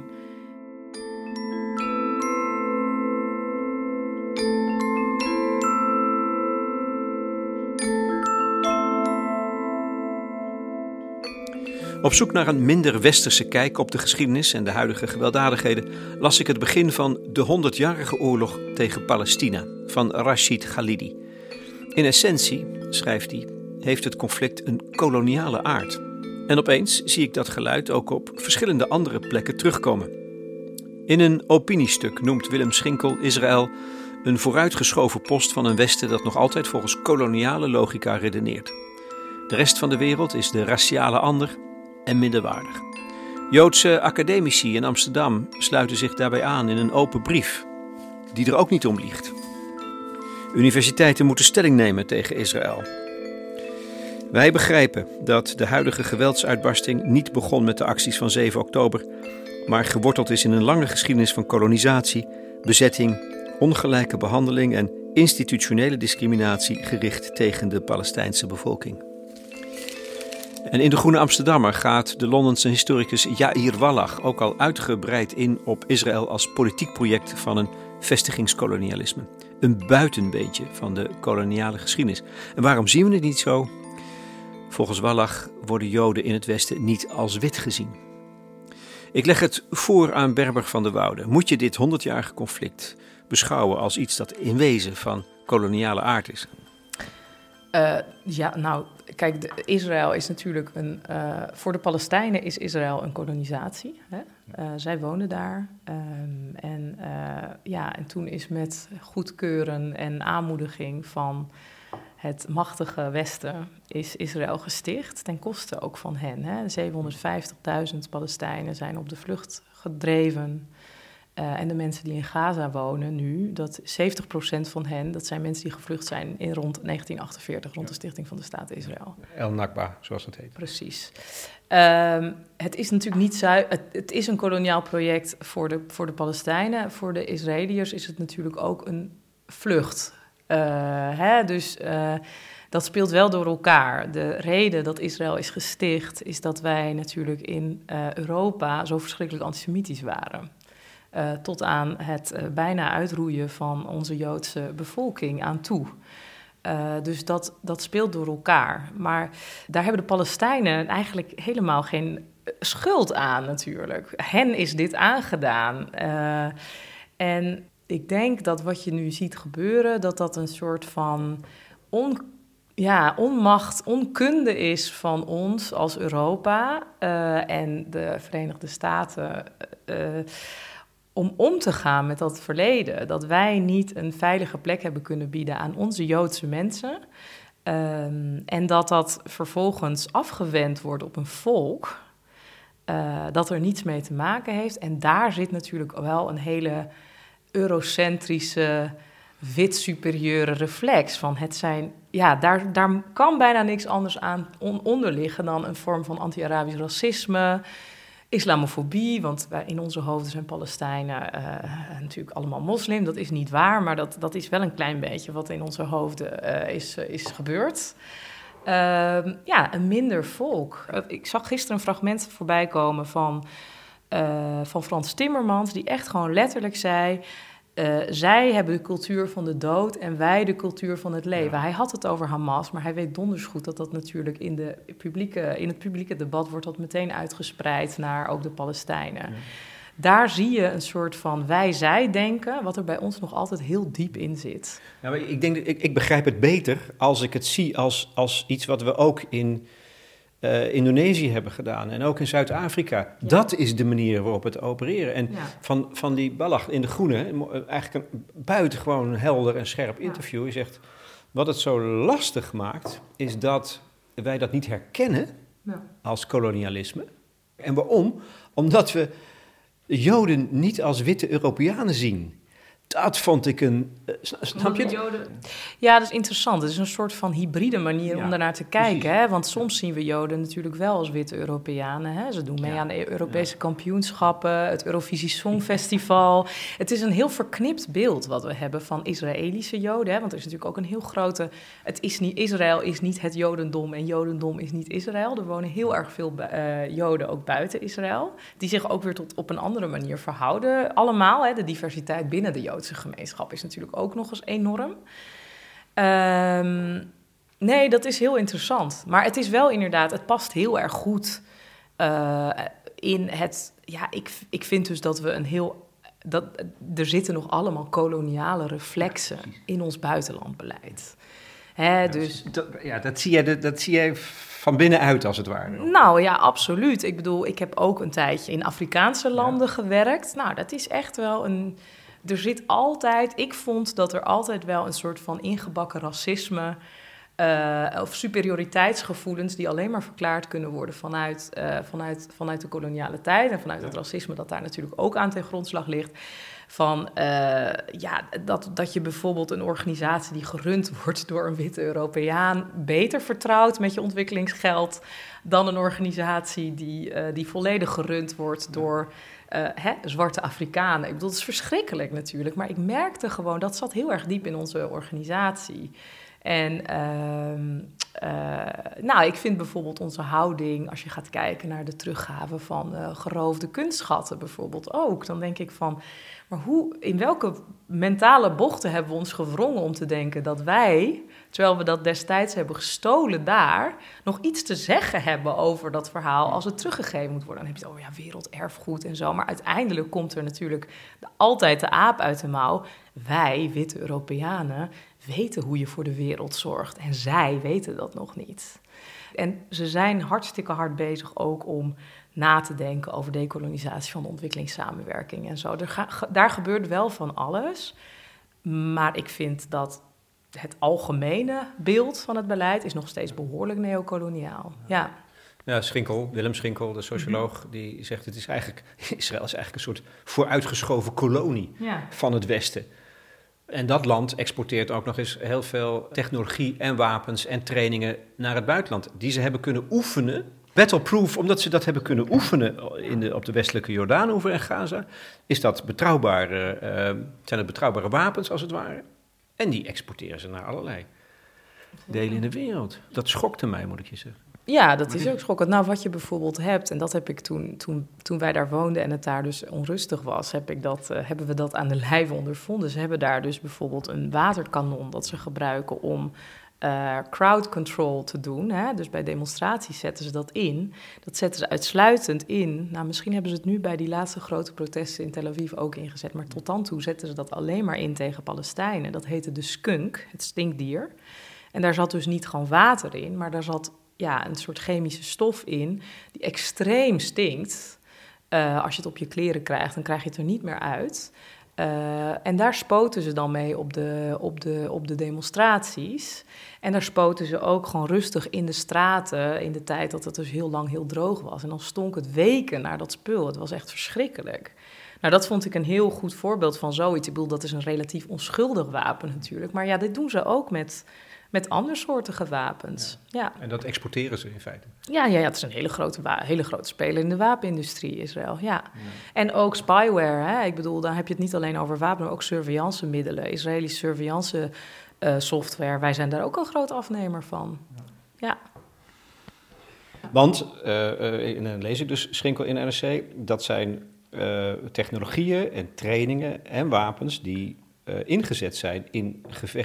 Op zoek naar een minder westerse kijk op de geschiedenis en de huidige gewelddadigheden las ik het begin van de 100-jarige oorlog tegen Palestina van Rashid Khalidi. In essentie, schrijft hij, heeft het conflict een koloniale aard. En opeens zie ik dat geluid ook op verschillende andere plekken terugkomen. In een opiniestuk noemt Willem Schinkel Israël een vooruitgeschoven post van een Westen dat nog altijd volgens koloniale logica redeneert. De rest van de wereld is de raciale ander en minderwaardig. Joodse academici in Amsterdam sluiten zich daarbij aan in een open brief, die er ook niet om liegt. Universiteiten moeten stelling nemen tegen Israël. Wij begrijpen dat de huidige geweldsuitbarsting niet begon met de acties van 7 oktober, maar geworteld is in een lange geschiedenis van kolonisatie, bezetting, ongelijke behandeling en institutionele discriminatie gericht tegen de Palestijnse bevolking. En in De Groene Amsterdammer gaat de Londense historicus Yair Wallach ook al uitgebreid in op Israël als politiek project van een vestigingskolonialisme. Een buitenbeentje van de koloniale geschiedenis. En waarom zien we het niet zo? Volgens Wallach worden Joden in het Westen niet als wit gezien. Ik leg het voor aan Berber van der Woude. Moet je dit 100-jarige conflict beschouwen als iets dat in wezen van koloniale aard is? Kijk, Israël is natuurlijk voor de Palestijnen is Israël een kolonisatie. Hè? Zij wonen daar. En toen is met goedkeuren en aanmoediging van het machtige Westen is Israël gesticht, ten koste ook van hen. Hè? 750.000 Palestijnen zijn op de vlucht gedreven. En de mensen die in Gaza wonen nu, dat 70% van hen, dat zijn mensen die gevlucht zijn in rond 1948, rond de stichting van de staat Israël. El Nakba, zoals dat heet. Precies. Het is natuurlijk niet het is een koloniaal project voor de Palestijnen. Voor de Israëliërs is het natuurlijk ook een vlucht. Dus dat speelt wel door elkaar. De reden dat Israël is gesticht, is dat wij natuurlijk in Europa zo verschrikkelijk antisemitisch waren. Tot aan het bijna uitroeien van onze Joodse bevolking aan toe. Dat speelt door elkaar. Maar daar hebben de Palestijnen eigenlijk helemaal geen schuld aan natuurlijk. Hen is dit aangedaan. En ik denk dat wat je nu ziet gebeuren, dat een soort van onmacht, onkunde is van ons als Europa en de Verenigde Staten om te gaan met dat verleden. Dat wij niet een veilige plek hebben kunnen bieden aan onze Joodse mensen. En dat vervolgens afgewend wordt op een volk dat er niets mee te maken heeft. En daar zit natuurlijk wel een hele eurocentrische, wit superieure reflex van het zijn. Ja, daar kan bijna niks anders aan onder liggen dan een vorm van anti-Arabisch racisme, islamofobie, want in onze hoofden zijn Palestijnen natuurlijk allemaal moslim. Dat is niet waar, maar dat is wel een klein beetje wat in onze hoofden is gebeurd. Een minder volk. Ik zag gisteren een fragment voorbij komen van Frans Timmermans, die echt gewoon letterlijk zei, zij hebben de cultuur van de dood en wij de cultuur van het leven. Ja. Hij had het over Hamas, maar hij weet donders goed dat natuurlijk in het publieke debat wordt dat meteen uitgespreid naar ook de Palestijnen. Ja. Daar zie je een soort van wij-zij denken, wat er bij ons nog altijd heel diep in zit. Ja, maar ik begrijp het beter als ik het zie als iets wat we ook in Indonesië hebben gedaan en ook in Zuid-Afrika. Ja. Dat is de manier waarop het opereren. En van die Ballach in De Groene, eigenlijk een buitengewoon helder en scherp interview. Je zegt, wat het zo lastig maakt, is dat wij dat niet herkennen als kolonialisme. En waarom? Omdat we Joden niet als witte Europeanen zien. Dat vond ik snap je het? Ja, dat is interessant. Het is een soort van hybride manier om daarnaar te kijken. Hè? Want soms zien we Joden natuurlijk wel als witte Europeanen. Hè? Ze doen mee aan de Europese kampioenschappen, het Eurovisie Songfestival. Het is een heel verknipt beeld wat we hebben van Israëlische Joden. Hè? Want er is natuurlijk ook een heel grote. Israël is niet het Jodendom en Jodendom is niet Israël. Er wonen heel erg veel Joden ook buiten Israël, die zich ook weer op een andere manier verhouden. Allemaal, hè? De diversiteit binnen de Joden. Gemeenschap is natuurlijk ook nog eens enorm. Nee, dat is heel interessant. Maar het is wel inderdaad, het past heel erg goed in het. Ja, ik vind dus dat we er zitten nog allemaal koloniale reflexen in ons buitenlandbeleid. Hè, dus dat zie jij van binnenuit als het ware. Nou ja, absoluut. Ik bedoel, ik heb ook een tijdje in Afrikaanse landen gewerkt. Nou, dat is echt wel een. Er zit altijd, ik vond dat er altijd wel een soort van ingebakken racisme of superioriteitsgevoelens die alleen maar verklaard kunnen worden vanuit de koloniale tijd en vanuit het racisme dat daar natuurlijk ook aan ten grondslag ligt. Van dat je bijvoorbeeld een organisatie die gerund wordt door een witte Europeaan beter vertrouwt met je ontwikkelingsgeld dan een organisatie die volledig gerund wordt door zwarte Afrikanen. Ik bedoel, dat is verschrikkelijk natuurlijk, maar ik merkte gewoon, dat zat heel erg diep in onze organisatie. En ik vind bijvoorbeeld onze houding, als je gaat kijken naar de teruggave van geroofde kunstschatten bijvoorbeeld ook, dan denk ik van, maar in welke mentale bochten hebben we ons gewrongen om te denken dat wij, terwijl we dat destijds hebben gestolen daar, nog iets te zeggen hebben over dat verhaal als het teruggegeven moet worden. Dan heb je het over werelderfgoed en zo, maar uiteindelijk komt er natuurlijk altijd de aap uit de mouw. Wij, witte Europeanen, weten hoe je voor de wereld zorgt en zij weten dat nog niet. En ze zijn hartstikke hard bezig ook om na te denken over dekolonisatie van de ontwikkelingssamenwerking en zo. Daar gebeurt wel van alles, maar ik vind dat het algemene beeld van het beleid is nog steeds behoorlijk neocoloniaal. Ja. Ja, Willem Schinkel, de socioloog, die zegt Israël is eigenlijk een soort vooruitgeschoven kolonie van het Westen. En dat land exporteert ook nog eens heel veel technologie en wapens en trainingen naar het buitenland. Die ze hebben kunnen oefenen, battleproof, omdat ze dat hebben kunnen oefenen op de westelijke Jordaanoever en Gaza. Zijn het betrouwbare wapens als het ware. En die exporteren ze naar allerlei delen in de wereld. Dat schokte mij, moet ik je zeggen. Ja, dat is ook schokkend. Nou, wat je bijvoorbeeld hebt, en dat heb ik toen wij daar woonden en het daar dus onrustig was, hebben we dat aan de lijve ondervonden. Ze hebben daar dus bijvoorbeeld een waterkanon dat ze gebruiken om crowd control te doen. Hè? Dus bij demonstraties zetten ze dat in. Dat zetten ze uitsluitend in. Nou, misschien hebben ze het nu bij die laatste grote protesten in Tel Aviv ook ingezet. Maar tot dan toe zetten ze dat alleen maar in tegen Palestijnen. Dat heette de skunk, het stinkdier. En daar zat dus niet gewoon water in, maar daar zat een soort chemische stof in die extreem stinkt. Als je het op je kleren krijgt, dan krijg je het er niet meer uit. En daar spoten ze dan mee op de demonstraties. En daar spoten ze ook gewoon rustig in de straten in de tijd dat het dus heel lang heel droog was. En dan stonk het weken naar dat spul. Het was echt verschrikkelijk. Nou, dat vond ik een heel goed voorbeeld van zoiets. Ik bedoel, dat is een relatief onschuldig wapen natuurlijk. Maar ja, dit doen ze ook met andersoortige wapens. Ja. En dat exporteren ze in feite? Ja, het is een hele grote speler in de wapenindustrie, Israël, ja. En ook spyware, hè. Ik bedoel, dan heb je het niet alleen over wapenen, maar ook surveillance-middelen, Israëlische surveillance-software. Wij zijn daar ook een groot afnemer van, ja. Want, en dan lees ik dus Schinkel in NRC, dat zijn technologieën en trainingen en wapens die ingezet zijn in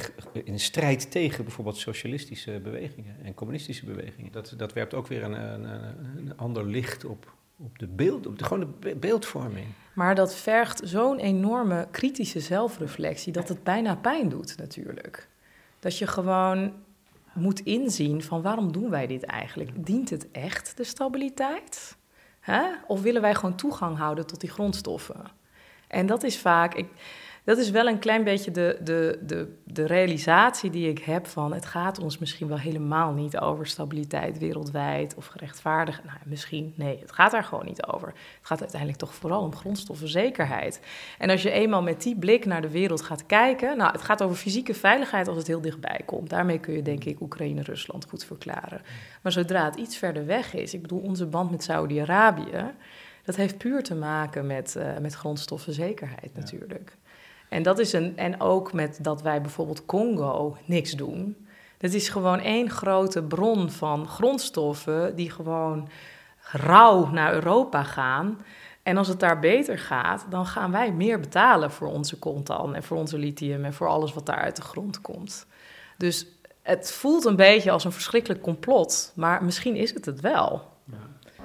strijd tegen bijvoorbeeld socialistische bewegingen en communistische bewegingen. Dat werpt ook weer een ander licht op de beeldvorming. Maar dat vergt zo'n enorme kritische zelfreflectie dat het bijna pijn doet natuurlijk. Dat je gewoon moet inzien van waarom doen wij dit eigenlijk? Dient het echt de stabiliteit? Of willen wij gewoon toegang houden tot die grondstoffen? En dat is vaak... Dat is wel een klein beetje de realisatie die ik heb van... het gaat ons misschien wel helemaal niet over stabiliteit wereldwijd of gerechtvaardigd. Nou, misschien, nee, het gaat daar gewoon niet over. Het gaat uiteindelijk toch vooral om grondstoffenzekerheid. En als je eenmaal met die blik naar de wereld gaat kijken... Nou, het gaat over fysieke veiligheid als het heel dichtbij komt. Daarmee kun je, denk ik, Oekraïne-Rusland goed verklaren. Maar zodra het iets verder weg is... Ik bedoel, onze band met Saudi-Arabië... dat heeft puur te maken met grondstoffenzekerheid natuurlijk. En dat is en ook met dat wij bijvoorbeeld Congo niks doen. Dat is gewoon één grote bron van grondstoffen die gewoon rauw naar Europa gaan. En als het daar beter gaat, dan gaan wij meer betalen voor onze coltan en voor onze lithium en voor alles wat daar uit de grond komt. Dus het voelt een beetje als een verschrikkelijk complot, maar misschien is het wel. Ja.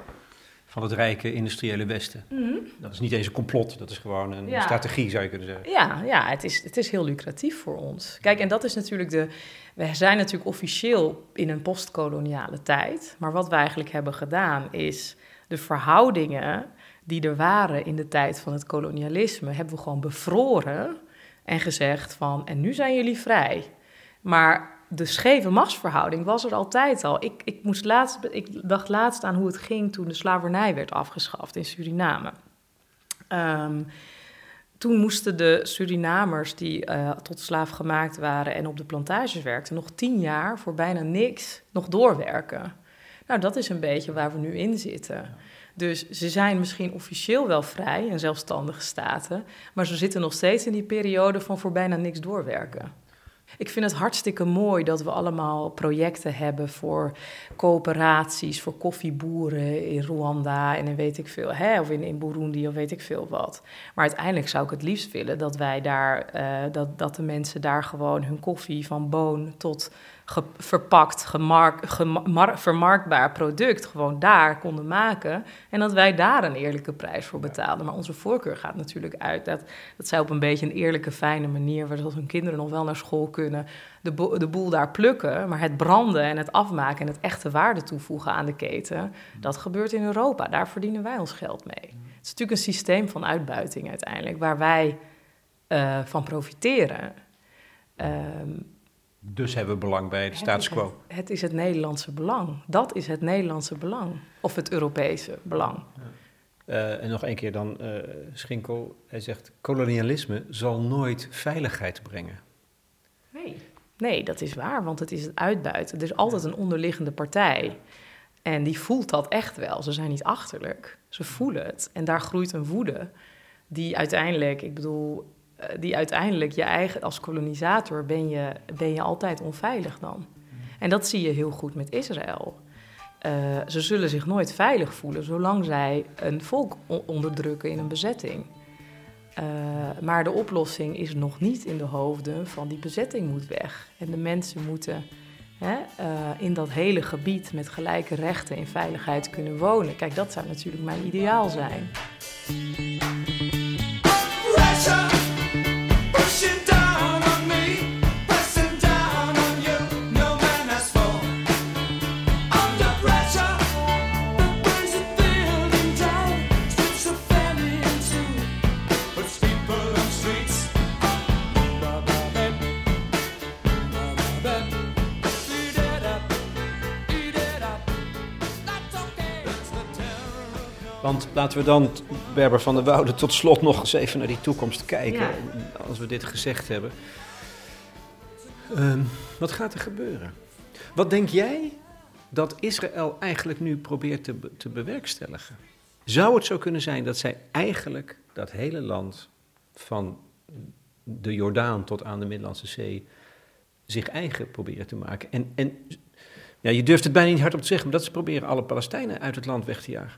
Van het rijke industriële Westen. Mm-hmm. Dat is niet eens een complot, dat is gewoon een strategie, zou je kunnen zeggen. Ja, het is heel lucratief voor ons. Kijk, en dat is natuurlijk we zijn natuurlijk officieel in een postkoloniale tijd. Maar wat we eigenlijk hebben gedaan is de verhoudingen die er waren in de tijd van het kolonialisme, hebben we gewoon bevroren en gezegd van, en nu zijn jullie vrij. Maar de scheve machtsverhouding was er altijd al. Ik dacht laatst aan hoe het ging toen de slavernij werd afgeschaft in Suriname. Toen moesten de Surinamers die tot slaaf gemaakt waren en op de plantages werkten, nog 10 jaar voor bijna niks nog doorwerken. Nou, dat is een beetje waar we nu in zitten. Dus ze zijn misschien officieel wel vrij en zelfstandige staten, maar ze zitten nog steeds in die periode van voor bijna niks doorwerken. Ik vind het hartstikke mooi dat we allemaal projecten hebben voor coöperaties, voor koffieboeren in Rwanda en in weet ik veel, of in Burundi of weet ik veel wat. Maar uiteindelijk zou ik het liefst willen dat wij daar, dat de mensen daar gewoon hun koffie van boon tot verpakt, vermarktbaar product gewoon daar konden maken. En dat wij daar een eerlijke prijs voor betaalden. Maar onze voorkeur gaat natuurlijk uit dat zij op een beetje een eerlijke, fijne manier, waardoor hun kinderen nog wel naar school kunnen, de boel daar plukken. Maar het branden en het afmaken en het echte waarde toevoegen aan de keten, dat gebeurt in Europa. Daar verdienen wij ons geld mee. Het is natuurlijk een systeem van uitbuiting uiteindelijk, waar wij van profiteren. Dus hebben we belang bij de status quo. Het is het Nederlandse belang. Dat is het Nederlandse belang. Of het Europese belang. En nog één keer dan Schinkel. Hij zegt, kolonialisme zal nooit veiligheid brengen. Nee, dat is waar, want het is het uitbuiten. Er is altijd een onderliggende partij. En die voelt dat echt wel. Ze zijn niet achterlijk. Ze voelen het. En daar groeit een woede die uiteindelijk, je eigen, als kolonisator ben je altijd onveilig dan. En dat zie je heel goed met Israël. Ze zullen zich nooit veilig voelen zolang zij een volk onderdrukken in een bezetting. Maar de oplossing is nog niet in de hoofden van die bezetting moet weg. En de mensen moeten in dat hele gebied met gelijke rechten in veiligheid kunnen wonen. Kijk, dat zou natuurlijk mijn ideaal zijn. Want laten we dan, Berber van der Woude, tot slot nog eens even naar die toekomst kijken. Ja. Als we dit gezegd hebben. Wat gaat er gebeuren? Wat denk jij dat Israël eigenlijk nu probeert te bewerkstelligen? Zou het zo kunnen zijn dat zij eigenlijk dat hele land van de Jordaan tot aan de Middellandse Zee zich eigen proberen te maken? En ja, je durft het bijna niet hardop te zeggen, maar dat ze proberen alle Palestijnen uit het land weg te jagen.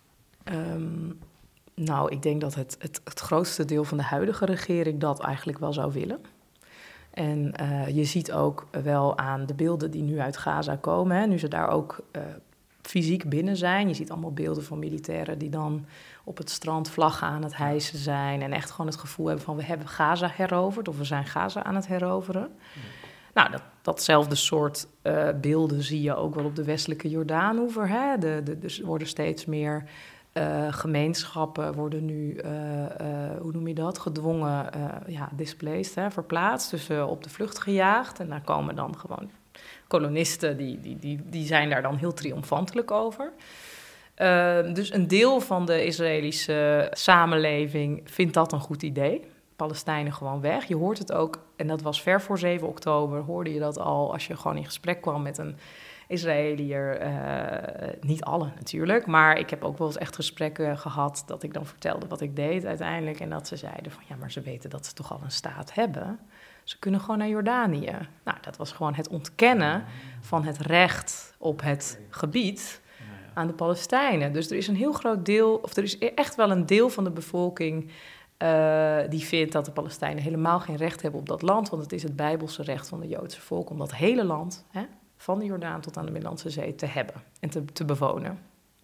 Nou, ik denk dat het grootste deel van de huidige regering dat eigenlijk wel zou willen. En je ziet ook wel aan de beelden die nu uit Gaza komen, hè, nu ze daar ook fysiek binnen zijn. Je ziet allemaal beelden van militairen die dan op het strand vlaggen aan het hijsen zijn en echt gewoon het gevoel hebben van we hebben Gaza heroverd of we zijn Gaza aan het heroveren. Ja. Nou, datzelfde soort beelden zie je ook wel op de westelijke Jordaanoever. Hè? Er worden steeds meer gemeenschappen, worden nu, hoe noem je dat, gedwongen, displaced, hè? Verplaatst, dus op de vlucht gejaagd. En daar komen dan gewoon kolonisten, die zijn daar dan heel triomfantelijk over. Dus een deel van de Israëlische samenleving vindt dat een goed idee. Palestijnen gewoon weg. Je hoort het ook, en dat was ver voor 7 oktober, hoorde je dat al als je gewoon in gesprek kwam met een Israëliër. Niet alle natuurlijk, maar ik heb ook wel eens echt gesprekken gehad dat ik dan vertelde wat ik deed uiteindelijk. En dat ze zeiden van ja, maar ze weten dat ze toch al een staat hebben. Ze kunnen gewoon naar Jordanië. Nou, dat was gewoon het ontkennen van het recht op het gebied aan de Palestijnen. Dus er is een heel groot deel, of er is echt wel een deel van de bevolking die vindt dat de Palestijnen helemaal geen recht hebben op dat land, want het is het Bijbelse recht van het Joodse volk om dat hele land, van de Jordaan tot aan de Middellandse Zee, te hebben en te bewonen.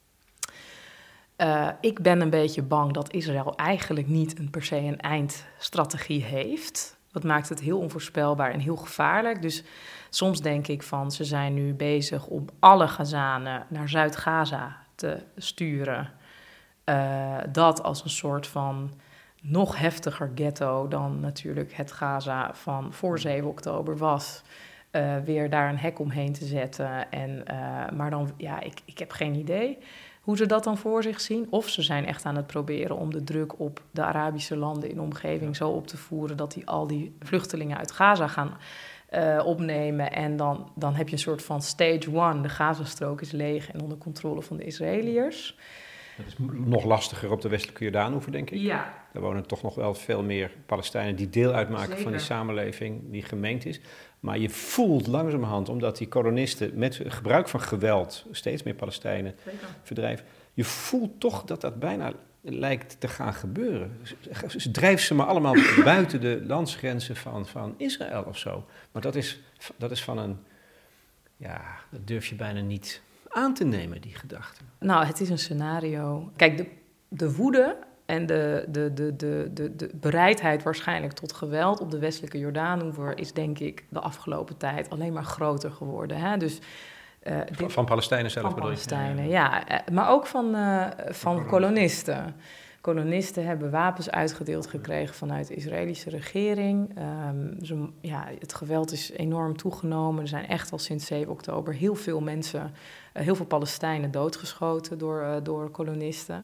Ik ben een beetje bang dat Israël eigenlijk niet per se een eindstrategie heeft. Dat maakt het heel onvoorspelbaar en heel gevaarlijk. Dus soms denk ik van, ze zijn nu bezig om alle Gazanen naar Zuid-Gaza te sturen. Dat als een soort van nog heftiger ghetto dan natuurlijk het Gaza van voor 7 oktober was. Weer daar een hek omheen te zetten. Maar dan, ja, ik heb geen idee hoe ze dat dan voor zich zien. Of ze zijn echt aan het proberen om de druk op de Arabische landen in de omgeving zo op te voeren dat die al die vluchtelingen uit Gaza gaan opnemen. En dan heb je een soort van stage 1. De Gazastrook is leeg en onder controle van de Israëliërs. Dat is nog lastiger op de westelijke Jordaanoever, denk ik. Ja. Daar wonen toch nog wel veel meer Palestijnen die deel uitmaken Zeker. van die samenleving die gemeend is. Maar je voelt langzamerhand, omdat die kolonisten met gebruik van geweld steeds meer Palestijnen verdrijven, je voelt toch dat dat bijna lijkt te gaan gebeuren. Ze drijven ze maar allemaal buiten de landsgrenzen van Israël of zo. Maar dat is van een, ja, dat durf je bijna niet aan te nemen, die gedachte. Nou, het is een scenario. Kijk, de woede en de bereidheid waarschijnlijk tot geweld op de westelijke Jordaanoever is denk ik de afgelopen tijd alleen maar groter geworden. Hè? Dus, van Palestijnen zelf van bedoel je? Palestijnen, ja. Maar ook van kolonisten. Kolonisten hebben wapens uitgedeeld gekregen vanuit de Israëlische regering. Het geweld is enorm toegenomen. Er zijn echt al sinds 7 oktober heel veel mensen, heel veel Palestijnen doodgeschoten door kolonisten.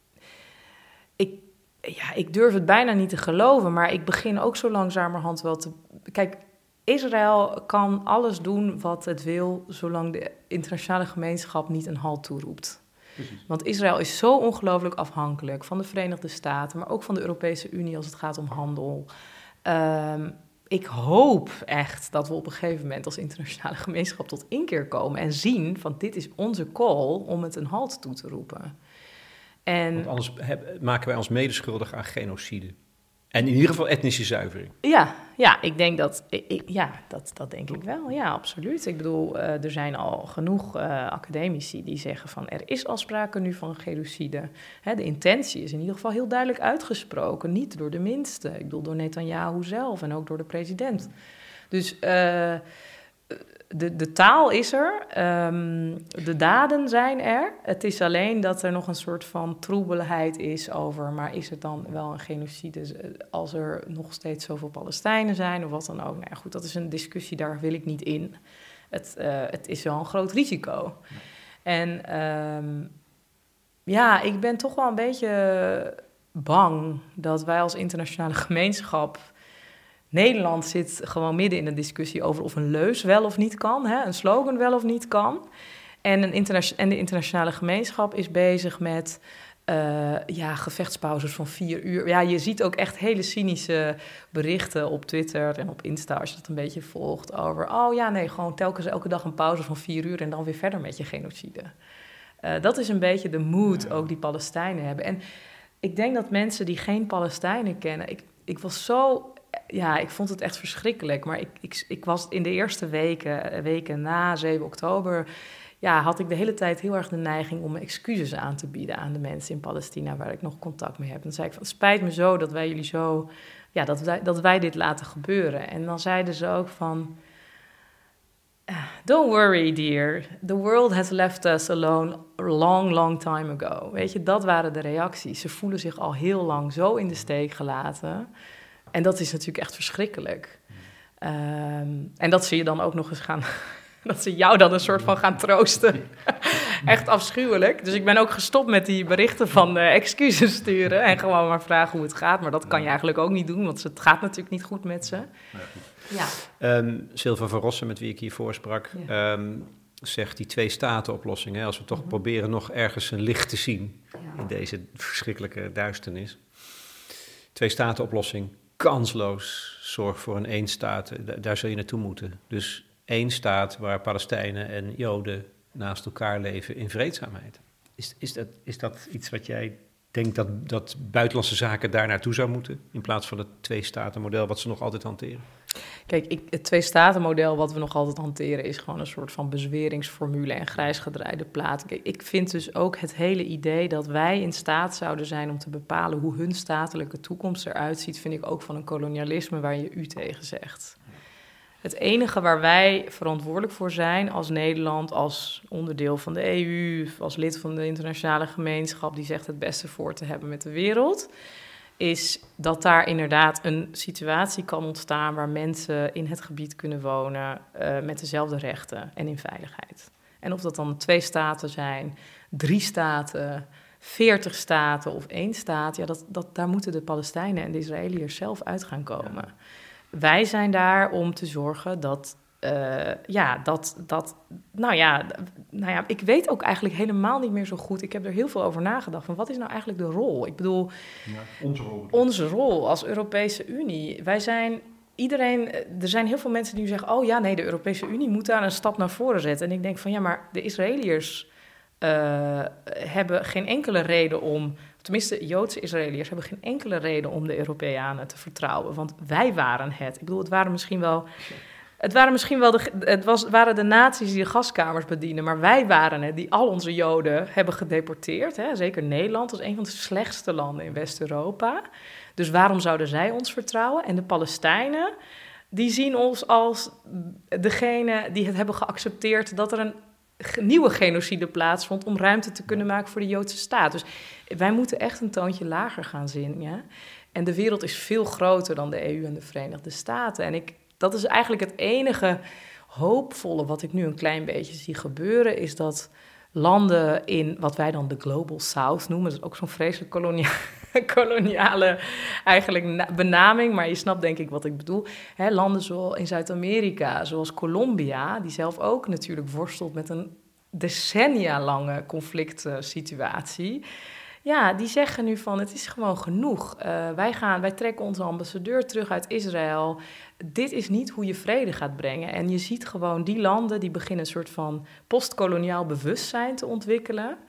Ik durf het bijna niet te geloven, maar ik begin ook zo langzamerhand wel te... Kijk, Israël kan alles doen wat het wil, zolang de internationale gemeenschap niet een halt toeroept. Precies. Want Israël is zo ongelooflijk afhankelijk van de Verenigde Staten, maar ook van de Europese Unie als het gaat om handel. Ik hoop echt dat we op een gegeven moment als internationale gemeenschap tot inkeer komen en zien van dit is onze call om het een halt toe te roepen. Want anders maken wij ons medeschuldig aan genocide. En in ieder geval etnische zuivering. Ja, ik denk dat denk ik wel. Ja, absoluut. Ik bedoel, er zijn al genoeg academici die zeggen van er is al sprake nu van genocide. Hè, de intentie is in ieder geval heel duidelijk uitgesproken. Niet door de minste. Ik bedoel, door Netanyahu zelf en ook door de president. Dus de taal is er, de daden zijn er. Het is alleen dat er nog een soort van troebeligheid is over... maar is het dan wel een genocide als er nog steeds zoveel Palestijnen zijn... of wat dan ook. Nou ja, goed, dat is een discussie, daar wil ik niet in. Het is wel een groot risico. En ik ben toch wel een beetje bang... dat wij als internationale gemeenschap... Nederland zit gewoon midden in een discussie over of een leus wel of niet kan. Hè? Een slogan wel of niet kan. En de internationale gemeenschap is bezig met gevechtspauzes van 4 uur. Ja, je ziet ook echt hele cynische berichten op Twitter en op Insta... als je dat een beetje volgt over... gewoon telkens elke dag een pauze van 4 uur... en dan weer verder met je genocide. Dat is een beetje de mood ook die Palestijnen hebben. En ik denk dat mensen die geen Palestijnen kennen... Ik was zo... Ja, ik vond het echt verschrikkelijk. Maar ik was in de eerste weken na 7 oktober... had ik de hele tijd heel erg de neiging om excuses aan te bieden... aan de mensen in Palestina waar ik nog contact mee heb. En dan zei ik van, het spijt me zo dat wij jullie zo... dat wij dit laten gebeuren. En dan zeiden ze ook van... Don't worry, dear. The world has left us alone a long, long time ago. Weet je, dat waren de reacties. Ze voelen zich al heel lang zo in de steek gelaten... En dat is natuurlijk echt verschrikkelijk. En dat ze je dan ook nog eens gaan... dat ze jou dan een soort van gaan troosten. Echt afschuwelijk. Dus ik ben ook gestopt met die berichten van excuses sturen... en gewoon maar vragen hoe het gaat. Maar dat kan je eigenlijk ook niet doen... want het gaat natuurlijk niet goed met ze. Silva van Rossen, met wie ik hiervoor sprak... zegt die 2-staten-oplossing... als we toch proberen nog ergens een licht te zien... in deze verschrikkelijke duisternis... 2-staten-oplossing... kansloos, zorg voor een 1 staat, daar zul je naartoe moeten. Dus 1 staat waar Palestijnen en Joden naast elkaar leven in vreedzaamheid. Is dat iets wat jij denkt dat buitenlandse zaken daar naartoe zou moeten... in plaats van het 2-staten-model wat ze nog altijd hanteren? Kijk, het 2-staten-model wat we nog altijd hanteren... is gewoon een soort van bezweringsformule en grijs gedraaide plaat. Kijk, ik vind dus ook het hele idee dat wij in staat zouden zijn... om te bepalen hoe hun statelijke toekomst eruit ziet... vind ik ook van een kolonialisme waar je u tegen zegt. Het enige waar wij verantwoordelijk voor zijn als Nederland... als onderdeel van de EU, als lid van de internationale gemeenschap... die zegt het beste voor te hebben met de wereld... is dat daar inderdaad een situatie kan ontstaan... waar mensen in het gebied kunnen wonen met dezelfde rechten en in veiligheid. En of dat dan 2 staten zijn, 3 staten, 40 staten of 1 staat... daar moeten de Palestijnen en de Israëliërs zelf uit gaan komen. Ja. Wij zijn daar om te zorgen dat... ik weet ook eigenlijk helemaal niet meer zo goed. Ik heb er heel veel over nagedacht. Van wat is nou eigenlijk de rol? Ik bedoel, onze rol als Europese Unie. Er zijn heel veel mensen die nu zeggen... de Europese Unie moet daar een stap naar voren zetten. En ik denk van, maar de Israëliërs hebben geen enkele reden om... Tenminste, Joodse Israëliërs hebben geen enkele reden om de Europeanen te vertrouwen. Want wij waren het. Ik bedoel, het waren misschien wel waren de nazi's die de gaskamers bedienden... maar wij waren het die al onze Joden hebben gedeporteerd. Hè? Zeker Nederland als een van de slechtste landen in West-Europa. Dus waarom zouden zij ons vertrouwen? En de Palestijnen, die zien ons als degene die het hebben geaccepteerd... dat er een nieuwe genocide plaatsvond om ruimte te kunnen maken voor de Joodse staat. Dus wij moeten echt een toontje lager gaan zingen. En de wereld is veel groter dan de EU en de Verenigde Staten. En dat is eigenlijk het enige hoopvolle wat ik nu een klein beetje zie gebeuren... is dat landen in wat wij dan de Global South noemen... dat is ook zo'n vreselijk koloniale eigenlijk benaming... maar je snapt denk ik wat ik bedoel. Landen zoals in Zuid-Amerika, zoals Colombia... die zelf ook natuurlijk worstelt met een decennia lange conflict situatie... Ja, die zeggen nu van, het is gewoon genoeg. Wij trekken onze ambassadeur terug uit Israël. Dit is niet hoe je vrede gaat brengen. En je ziet gewoon die landen, die beginnen een soort van postkoloniaal bewustzijn te ontwikkelen.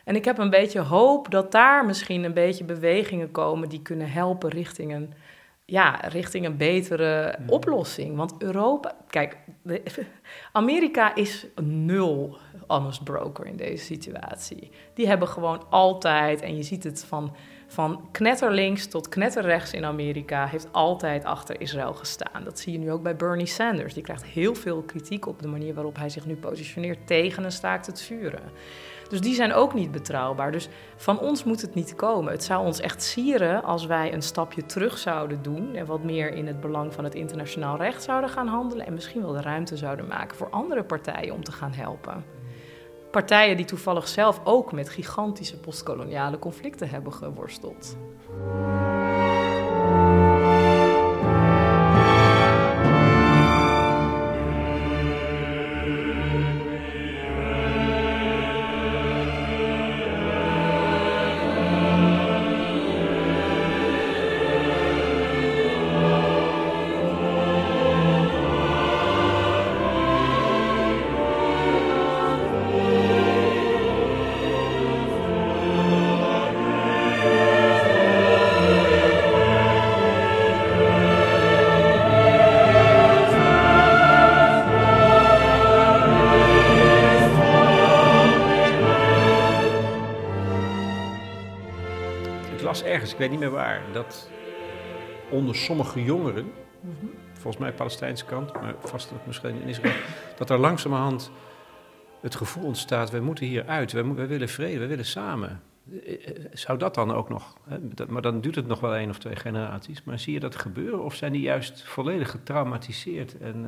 En ik heb een beetje hoop dat daar misschien een beetje bewegingen komen die kunnen helpen richting een betere oplossing. Want Europa, kijk, Amerika is 0 honest broker in deze situatie. Die hebben gewoon altijd, en je ziet het van knetterlinks tot knetterrechts in Amerika, heeft altijd achter Israël gestaan. Dat zie je nu ook bij Bernie Sanders. Die krijgt heel veel kritiek op de manier waarop hij zich nu positioneert tegen een staakt het vuren. Dus die zijn ook niet betrouwbaar. Dus van ons moet het niet komen. Het zou ons echt sieren als wij een stapje terug zouden doen en wat meer in het belang van het internationaal recht zouden gaan handelen en misschien wel de ruimte zouden maken voor andere partijen om te gaan helpen. Partijen die toevallig zelf ook met gigantische postkoloniale conflicten hebben geworsteld. Ik weet niet meer waar, dat onder sommige jongeren, volgens mij Palestijnse kant, maar vast ook misschien in Israël, dat er langzamerhand het gevoel ontstaat, wij moeten hier uit, wij willen vrede, wij willen samen. Zou dat dan ook nog, maar dan duurt het nog wel 1 of 2 generaties, maar zie je dat gebeuren of zijn die juist volledig getraumatiseerd en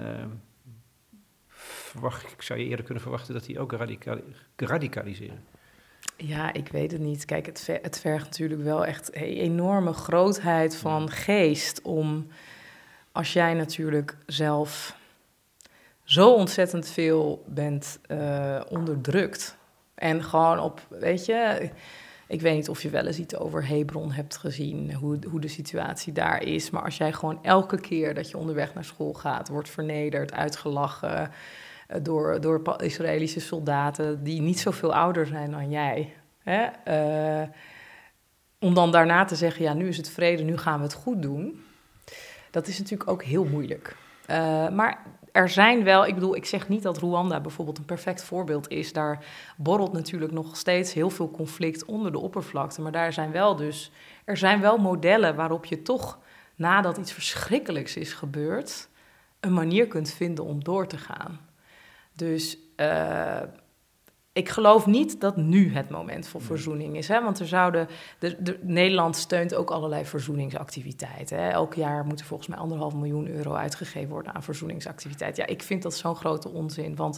ik zou je eerder kunnen verwachten dat die ook radicaliseren? Ja, ik weet het niet. Kijk, het vergt natuurlijk wel echt een enorme grootheid van geest om, als jij natuurlijk zelf zo ontzettend veel bent onderdrukt en gewoon op, weet je, ik weet niet of je wel eens iets over Hebron hebt gezien, hoe de situatie daar is, maar als jij gewoon elke keer dat je onderweg naar school gaat, wordt vernederd, uitgelachen door Israëlische soldaten die niet zoveel ouder zijn dan jij. Hè? Om dan daarna te zeggen, ja, nu is het vrede, nu gaan we het goed doen. Dat is natuurlijk ook heel moeilijk. Maar er zijn wel, ik zeg niet dat Rwanda bijvoorbeeld een perfect voorbeeld is. Daar borrelt natuurlijk nog steeds heel veel conflict onder de oppervlakte. Maar er zijn wel modellen waarop je toch, nadat iets verschrikkelijks is gebeurd, een manier kunt vinden om door te gaan. Dus ik geloof niet dat nu het moment voor verzoening is. Hè? Want Nederland steunt ook allerlei verzoeningsactiviteiten. Hè? Elk jaar moet er volgens mij €1,5 miljoen uitgegeven worden aan verzoeningsactiviteiten. Ja, ik vind dat zo'n grote onzin. Want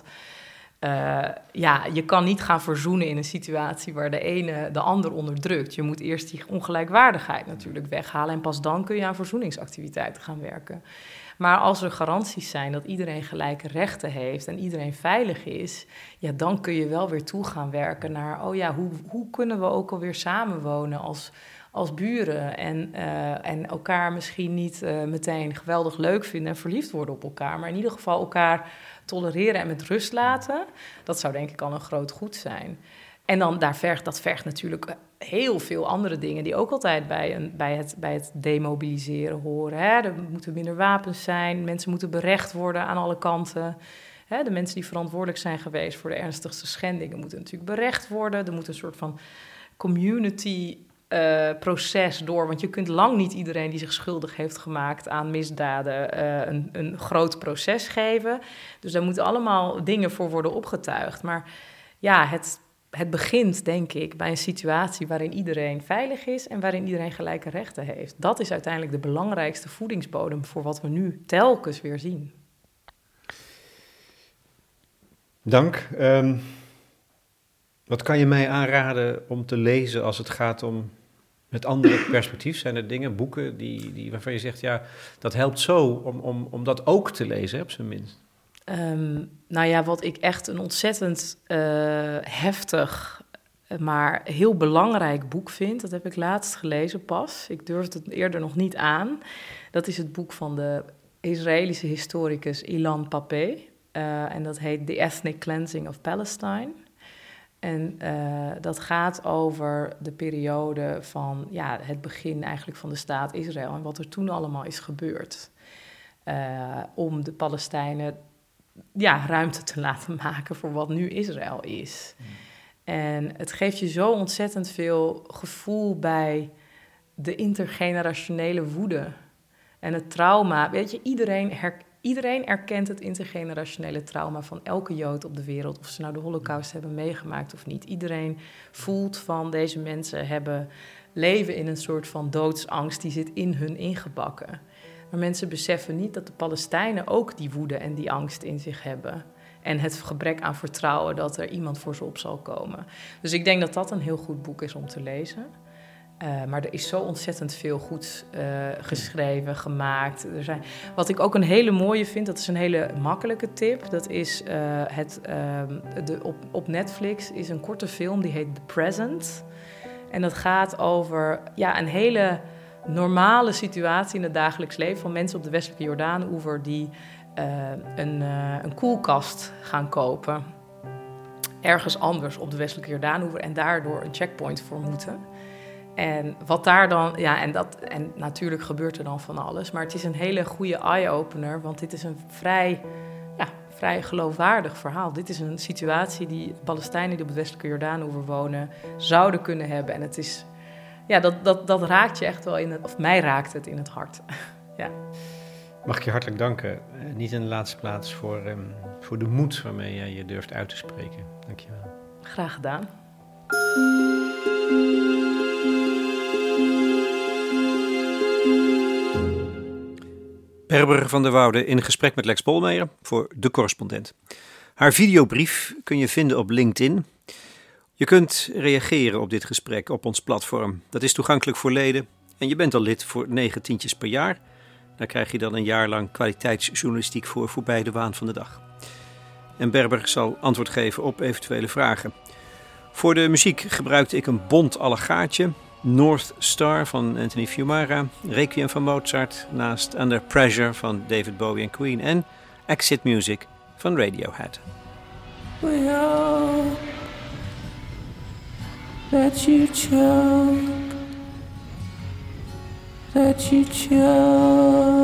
je kan niet gaan verzoenen in een situatie waar de ene de ander onderdrukt. Je moet eerst die ongelijkwaardigheid natuurlijk weghalen en pas dan kun je aan verzoeningsactiviteiten gaan werken. Maar als er garanties zijn dat iedereen gelijke rechten heeft en iedereen veilig is, ja, dan kun je wel weer toe gaan werken naar, hoe kunnen we ook alweer samenwonen als buren en elkaar misschien niet meteen geweldig leuk vinden en verliefd worden op elkaar, maar in ieder geval elkaar tolereren en met rust laten. Dat zou denk ik al een groot goed zijn. En dan dat vergt natuurlijk heel veel andere dingen die ook altijd bij het demobiliseren horen. Hè? Er moeten minder wapens zijn, mensen moeten berecht worden aan alle kanten. Hè? De mensen die verantwoordelijk zijn geweest voor de ernstigste schendingen moeten natuurlijk berecht worden. Er moet een soort van community proces door, want je kunt lang niet iedereen die zich schuldig heeft gemaakt aan misdaden een groot proces geven. Dus daar moeten allemaal dingen voor worden opgetuigd. Maar ja, het begint, denk ik, bij een situatie waarin iedereen veilig is en waarin iedereen gelijke rechten heeft. Dat is uiteindelijk de belangrijkste voedingsbodem voor wat we nu telkens weer zien. Dank. Wat kan je mij aanraden om te lezen als het gaat om met andere perspectief? Zijn er dingen, boeken waarvan je zegt, ja, dat helpt zo om dat ook te lezen, op zijn minst? Wat ik echt een ontzettend heftig, maar heel belangrijk boek vind, dat heb ik laatst gelezen pas. Ik durfde het eerder nog niet aan. Dat is het boek van de Israëlische historicus Ilan Pappé. En dat heet The Ethnic Cleansing of Palestine. En dat gaat over de periode van het begin eigenlijk van de staat Israël en wat er toen allemaal is gebeurd. Om de Palestijnen ruimte te laten maken voor wat nu Israël is. En het geeft je zo ontzettend veel gevoel bij de intergenerationele woede en het trauma. Weet je, iedereen erkent het intergenerationele trauma van elke Jood op de wereld, of ze nou de Holocaust hebben meegemaakt of niet. Iedereen voelt van deze mensen leven in een soort van doodsangst, die zit in hun ingebakken. Maar mensen beseffen niet dat de Palestijnen ook die woede en die angst in zich hebben. En het gebrek aan vertrouwen dat er iemand voor ze op zal komen. Dus ik denk dat dat een heel goed boek is om te lezen. Maar er is zo ontzettend veel goeds geschreven, gemaakt. Wat ik ook een hele mooie vind, dat is een hele makkelijke tip. Dat is op Netflix is een korte film, die heet The Present. En dat gaat over een hele normale situatie in het dagelijks leven van mensen op de westelijke Jordaanoever die een koelkast gaan kopen. Ergens anders op de westelijke Jordaanoever en daardoor een checkpoint voor moeten. En wat daar dan, en natuurlijk gebeurt er dan van alles, maar het is een hele goede eye-opener, want dit is een vrij geloofwaardig verhaal. Dit is een situatie die Palestijnen die op het westelijke Jordaanoever wonen zouden kunnen hebben. En het is, dat raakt je echt wel of mij raakt het in het hart. Ja. Mag ik je hartelijk danken, niet in de laatste plaats voor de moed waarmee jij je durft uit te spreken. Dank je wel. Graag gedaan. Berber van der Woude in gesprek met Lex Bolmeijer voor De Correspondent. Haar videobrief kun je vinden op LinkedIn. Je kunt reageren op dit gesprek op ons platform. Dat is toegankelijk voor leden en je bent al lid voor 9 tientjes per jaar. Daar krijg je dan een jaar lang kwaliteitsjournalistiek voor voorbij de waan van de dag. En Berber zal antwoord geven op eventuele vragen. Voor de muziek gebruikte ik een bont allegaatje. North Star van Anthony Fiumara, Requiem van Mozart, naast Under Pressure van David Bowie en Queen en Exit Music van Radiohead. We hope that you choke, that you choke.